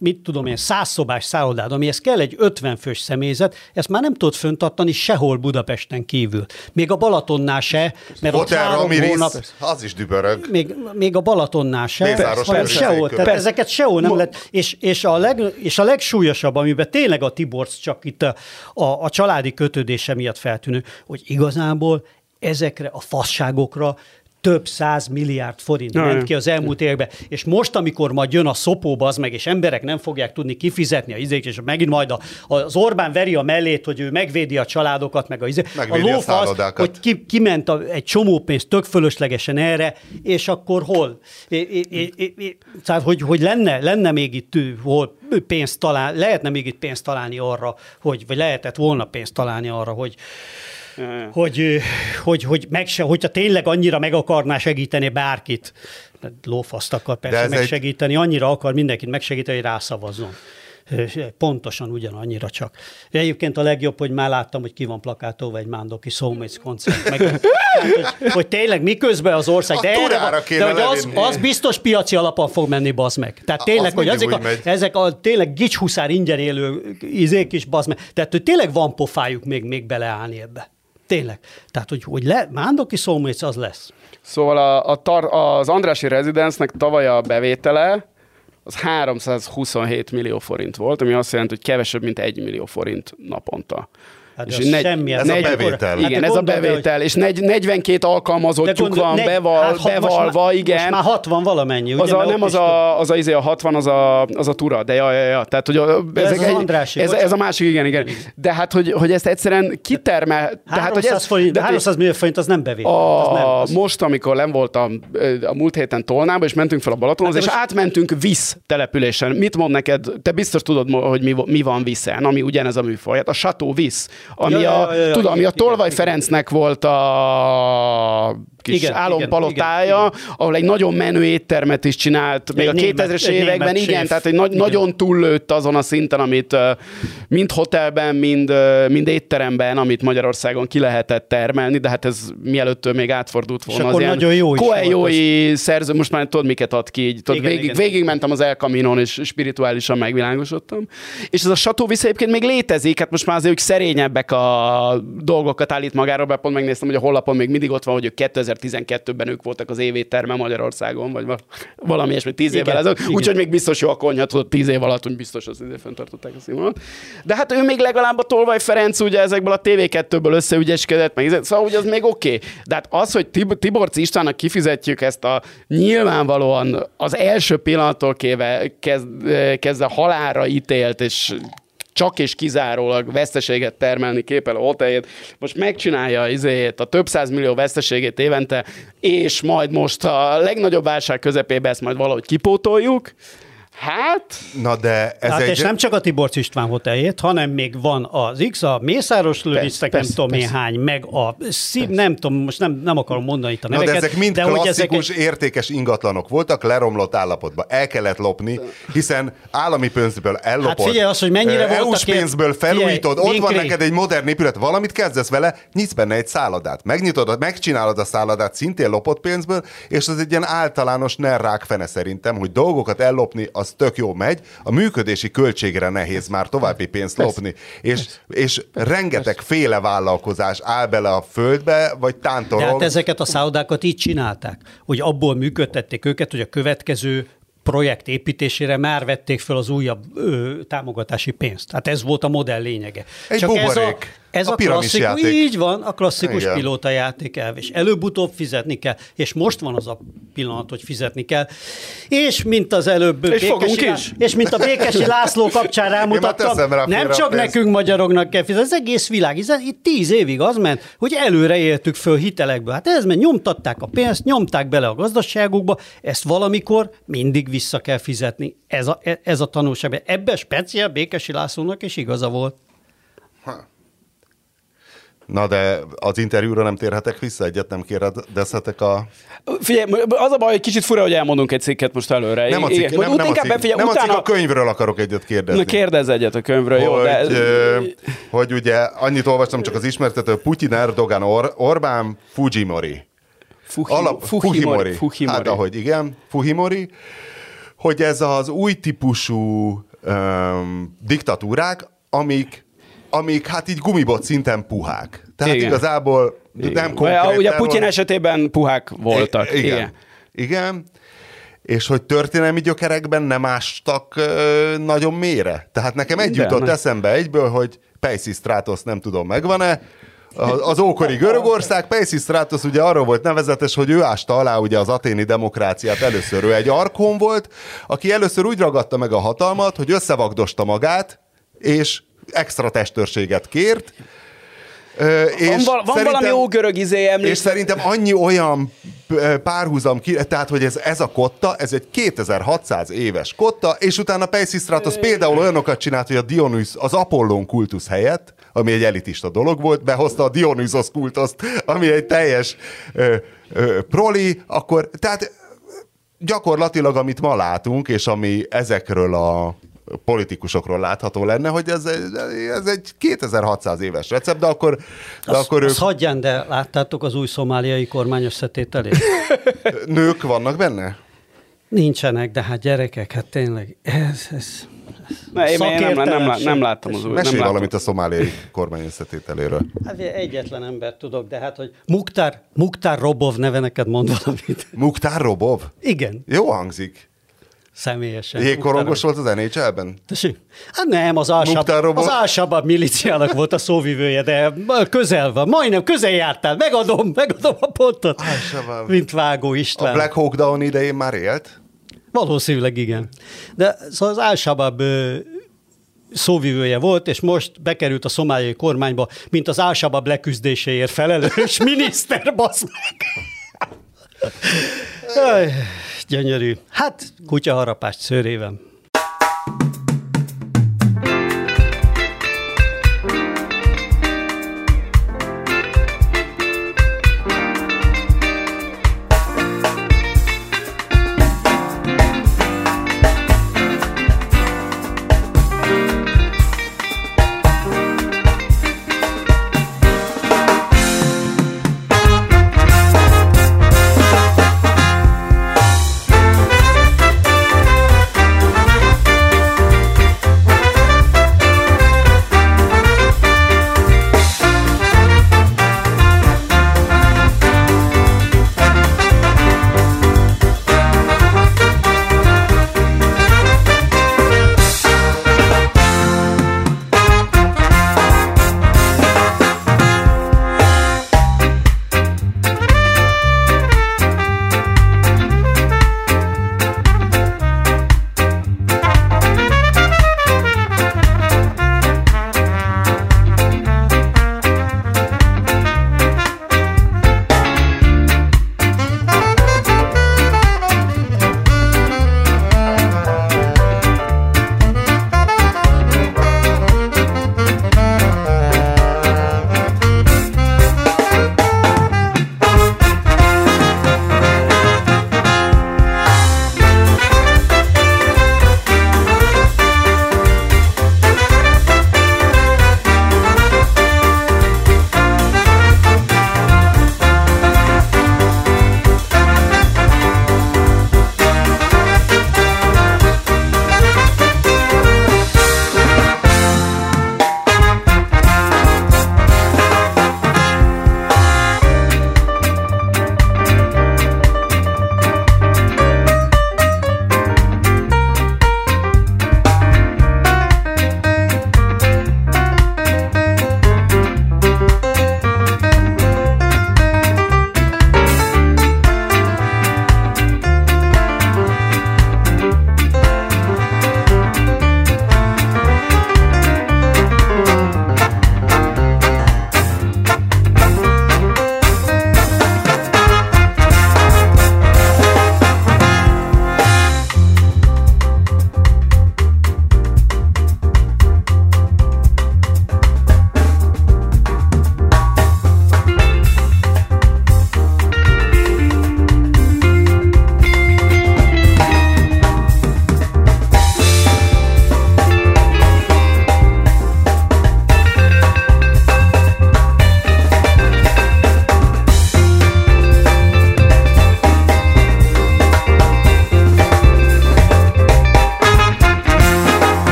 mit tudom én, 100 szobás szállodád, amihez kell egy 50 fős személyzet, ezt már nem tudod föntartani sehol Budapesten kívül. Még a Balatonnál se, mert ott 3 hónap... Az is dübörög. Még a Balatonnál se, hanem sehol. Tehát ezeket sehol nem lehet. És a legsúlyosabb, amiben tényleg a Tiborcs csak itt a családi kötődése miatt feltűnő, hogy igazából ezekre a fasságokra több 100 milliárd forint ment ki az elmúlt években. És most, amikor majd jön a szopóba az meg, és emberek nem fogják tudni kifizetni a izék, és megint majd az Orbán veri a mellét, hogy ő megvédi a családokat, meg a lófa az, hogy kiment egy csomó pénzt tök fölöslegesen erre, és akkor hol? Tehát, hogy lenne még itt hol pénzt találni, lehetne még itt pénzt találni arra, vagy lehetett volna pénzt találni arra, hogyha tényleg annyira meg akarná segíteni bárkit, lófaszt akar persze megsegíteni, annyira akar mindenkit megsegíteni, hogy rászavazzon. Pontosan ugyanannyira csak. De egyébként a legjobb, hogy már láttam, hogy ki van plakátolva egy Mándoki Soulmates koncert. Hogy tényleg miközben az ország, de az biztos piaci alapon fog menni, bazd meg. Tehát tényleg, hogy ezek a tényleg gicshuszár ingyen élő izék is, bazd meg. Tehát, hogy tényleg van pofájuk még beleállni ebbe. Tényleg. Tehát, hogy Mándoki Soulmates az lesz. Szóval az Andrássy Residence-nek tavaly a bevétele az 327 millió forint volt, ami azt jelenti, hogy kevesebb, mint 1 millió forint naponta. Hát és ez a bevétel. Igen, ez a bevétel. És 42 alkalmazottjuk van bevalva, igen. Most már 60 valamennyi. Ugye, a 60 az a tura, de ja. Tehát, hogy ez a másik, igen. De hát, hogy ezt egyszerűen kitermel... 300 millió forint az nem bevétel. Most, amikor nem voltam a múlt héten Tolnába, és mentünk fel a Balatonhoz, és átmentünk Visz településen. Mit mond neked? Te biztos tudod, hogy mi van Viszen, ami ugyanez a műfaj. Hát a Chateau Visz, ami a Tolvaj Ferencnek volt a kis álompalotája, ahol egy nagyon menő éttermet is csinált, még a 2000-es években, igen, tehát egy nagyon túllőtt azon a szinten, amit mind hotelben, mind étteremben, amit Magyarországon ki lehetett termelni, de hát ez mielőtt még átfordult volna. Az nagyon jó is. Coelho-i szerző, most már tudod, miket ad ki, így végigmentem az El Caminon, és spirituálisan megvilágosodtam. És ez a Chateau Visz egyébként még létezik, hát most már azért ők szerényebbek a dolgokat állít magáról, be pont megnéztem, hogy a honlapon még mindig ott van, hogy ők 2012-ben ők voltak az évétterme Magyarországon, vagy valami ilyesmi 10 évvel ezelőtt. Úgyhogy még biztos jó a konyha, tudod, 10 év alatt, úgy biztos az fenntartották a színvonalat. De hát ő még legalább a Tolvaj Ferenc ugye ezekből a TV2-ből összeügyeskedett, meg szóval hogy az még oké. De hát az, hogy Tiborcs Istvánnak kifizetjük ezt a nyilvánvalóan az első pillanattól kezdve halálra ítélt, és csak és kizárólag veszteséget termelni képel a hoteljét, most megcsinálja a több 100 millió veszteségét évente, és majd most a legnagyobb válság közepébe ezt majd valahogy kipótoljuk. Hát... Na de ez és nem csak a Tiborcs István hoteljét, hanem még van az X, a Mészáros Lőricznek, nem tudom én hány, meg a nem tudom, most nem akarom mondani itt a neveket. De ezek mind klasszikus, értékes ingatlanok voltak, leromlott állapotban. El kellett lopni, hiszen állami pénzből ellopott. Hát figyelj azt, hogy mennyire voltak... EU-s pénzből felújítod, ott van neked egy modern épület, valamit kezdesz vele, nyitsz benne egy szállodát. Megcsinálod a szállodát szintén lopott pénzből, és az egy ilyen általános rákfene szerintem, hogy dolgokat ellopni, az tök jó megy, a működési költségre nehéz már további pénzt lopni. És rengeteg féle vállalkozás áll bele a földbe, vagy tántorog. De hát ezeket a szállodákat így csinálták, hogy abból működtették őket, hogy a következő projekt építésére már vették fel az újabb támogatási pénzt. Hát ez volt a modell lényege. Egy buborék. Ez a klasszikus, így van, a klasszikus pilótajáték elv, és előbb-utóbb fizetni kell, és most van az a pillanat, hogy fizetni kell. És mint az előbb és mint a Békesi László kapcsán rámutattam, nem csak nekünk magyaroknak kell fizetni, az egész világ, itt 10 évig az ment, hogy előre éltük föl hitelekből. Hát ez, mert nyomtatták a pénzt, nyomták bele a gazdaságukba, ezt valamikor mindig vissza kell fizetni. Ez a tanulság. Ebben speciál Békesi Lászlónak is igaza volt. Na de az interjúra nem térhetek vissza, egyet nem kérdezhetek a... Figyelj, az a baj, hogy kicsit fura, hogy elmondunk egy cikket most előre. Nem a cikk, a könyvről akarok egyet kérdezni. Na kérdezz egyet a könyvről, jó, hogy ugye annyit olvastam csak az ismertető, Putyin, Erdogan, Orbán, Fujimori. Fujimori. Hát ahogy igen, Fujimori. Hogy ez az új típusú diktatúrák, amik hát így gumibot szinten puhák. Tehát igen. igazából nem konkrét. Ugye Putyin esetében puhák voltak. Igen. És hogy történelmi gyökerekben nem ástak nagyon mélyre. Tehát nekem jutott eszembe egyből, hogy Peisistratos nem tudom, megvan-e. Az ókori Görögország, Peisistratos ugye arról volt nevezetes, hogy ő ásta alá ugye az athéni demokráciát először. Ő egy arkon volt, aki először úgy ragadta meg a hatalmat, hogy összevagdosta magát, és extra testőrséget kért. Van valami ógörög emlék. És szerintem annyi olyan párhuzam, tehát hogy ez a kotta, ez egy 2600 éves kotta, és utána Peisistratos például olyanokat csinált, hogy a Dionysz, az Apollón kultusz helyett, ami egy elitista dolog volt, behozta a Dionysos kultuszt, ami egy teljes proli, akkor, tehát gyakorlatilag, amit ma látunk, és ami ezekről a politikusokról látható lenne, hogy ez egy 2600 éves recept, de akkor ők... Azt hagyján, de láttátok az új szomáliai kormány összetételét? Nők vannak benne? Nincsenek, de hát gyerekek, hát tényleg, nem láttam az új. Mesélj valamit a szomáliai kormány összetételéről. Hát egyetlen embert tudok, de hát, hogy Mukhtar Robov neve neked mond valamit. Mukhtar Robov? Igen. Jó hangzik. Személyesen. Jégkorongos volt az NHL-ben? Hát nem, az Al-Shabaab milíciának volt a szóvivője, de közel van, majdnem közel jártál, megadom a pontot. Mint Vágó István. A Black Hawk Down idején már élt? Valószínűleg igen. De szóval az Al-Shabaab szóvivője volt, és most bekerült a szomáliai kormányba, mint az Al-Shabaab leküzdéséért felelős miniszter, basz meg. Gyönyörű. Hát, kutyaharapást szőrében.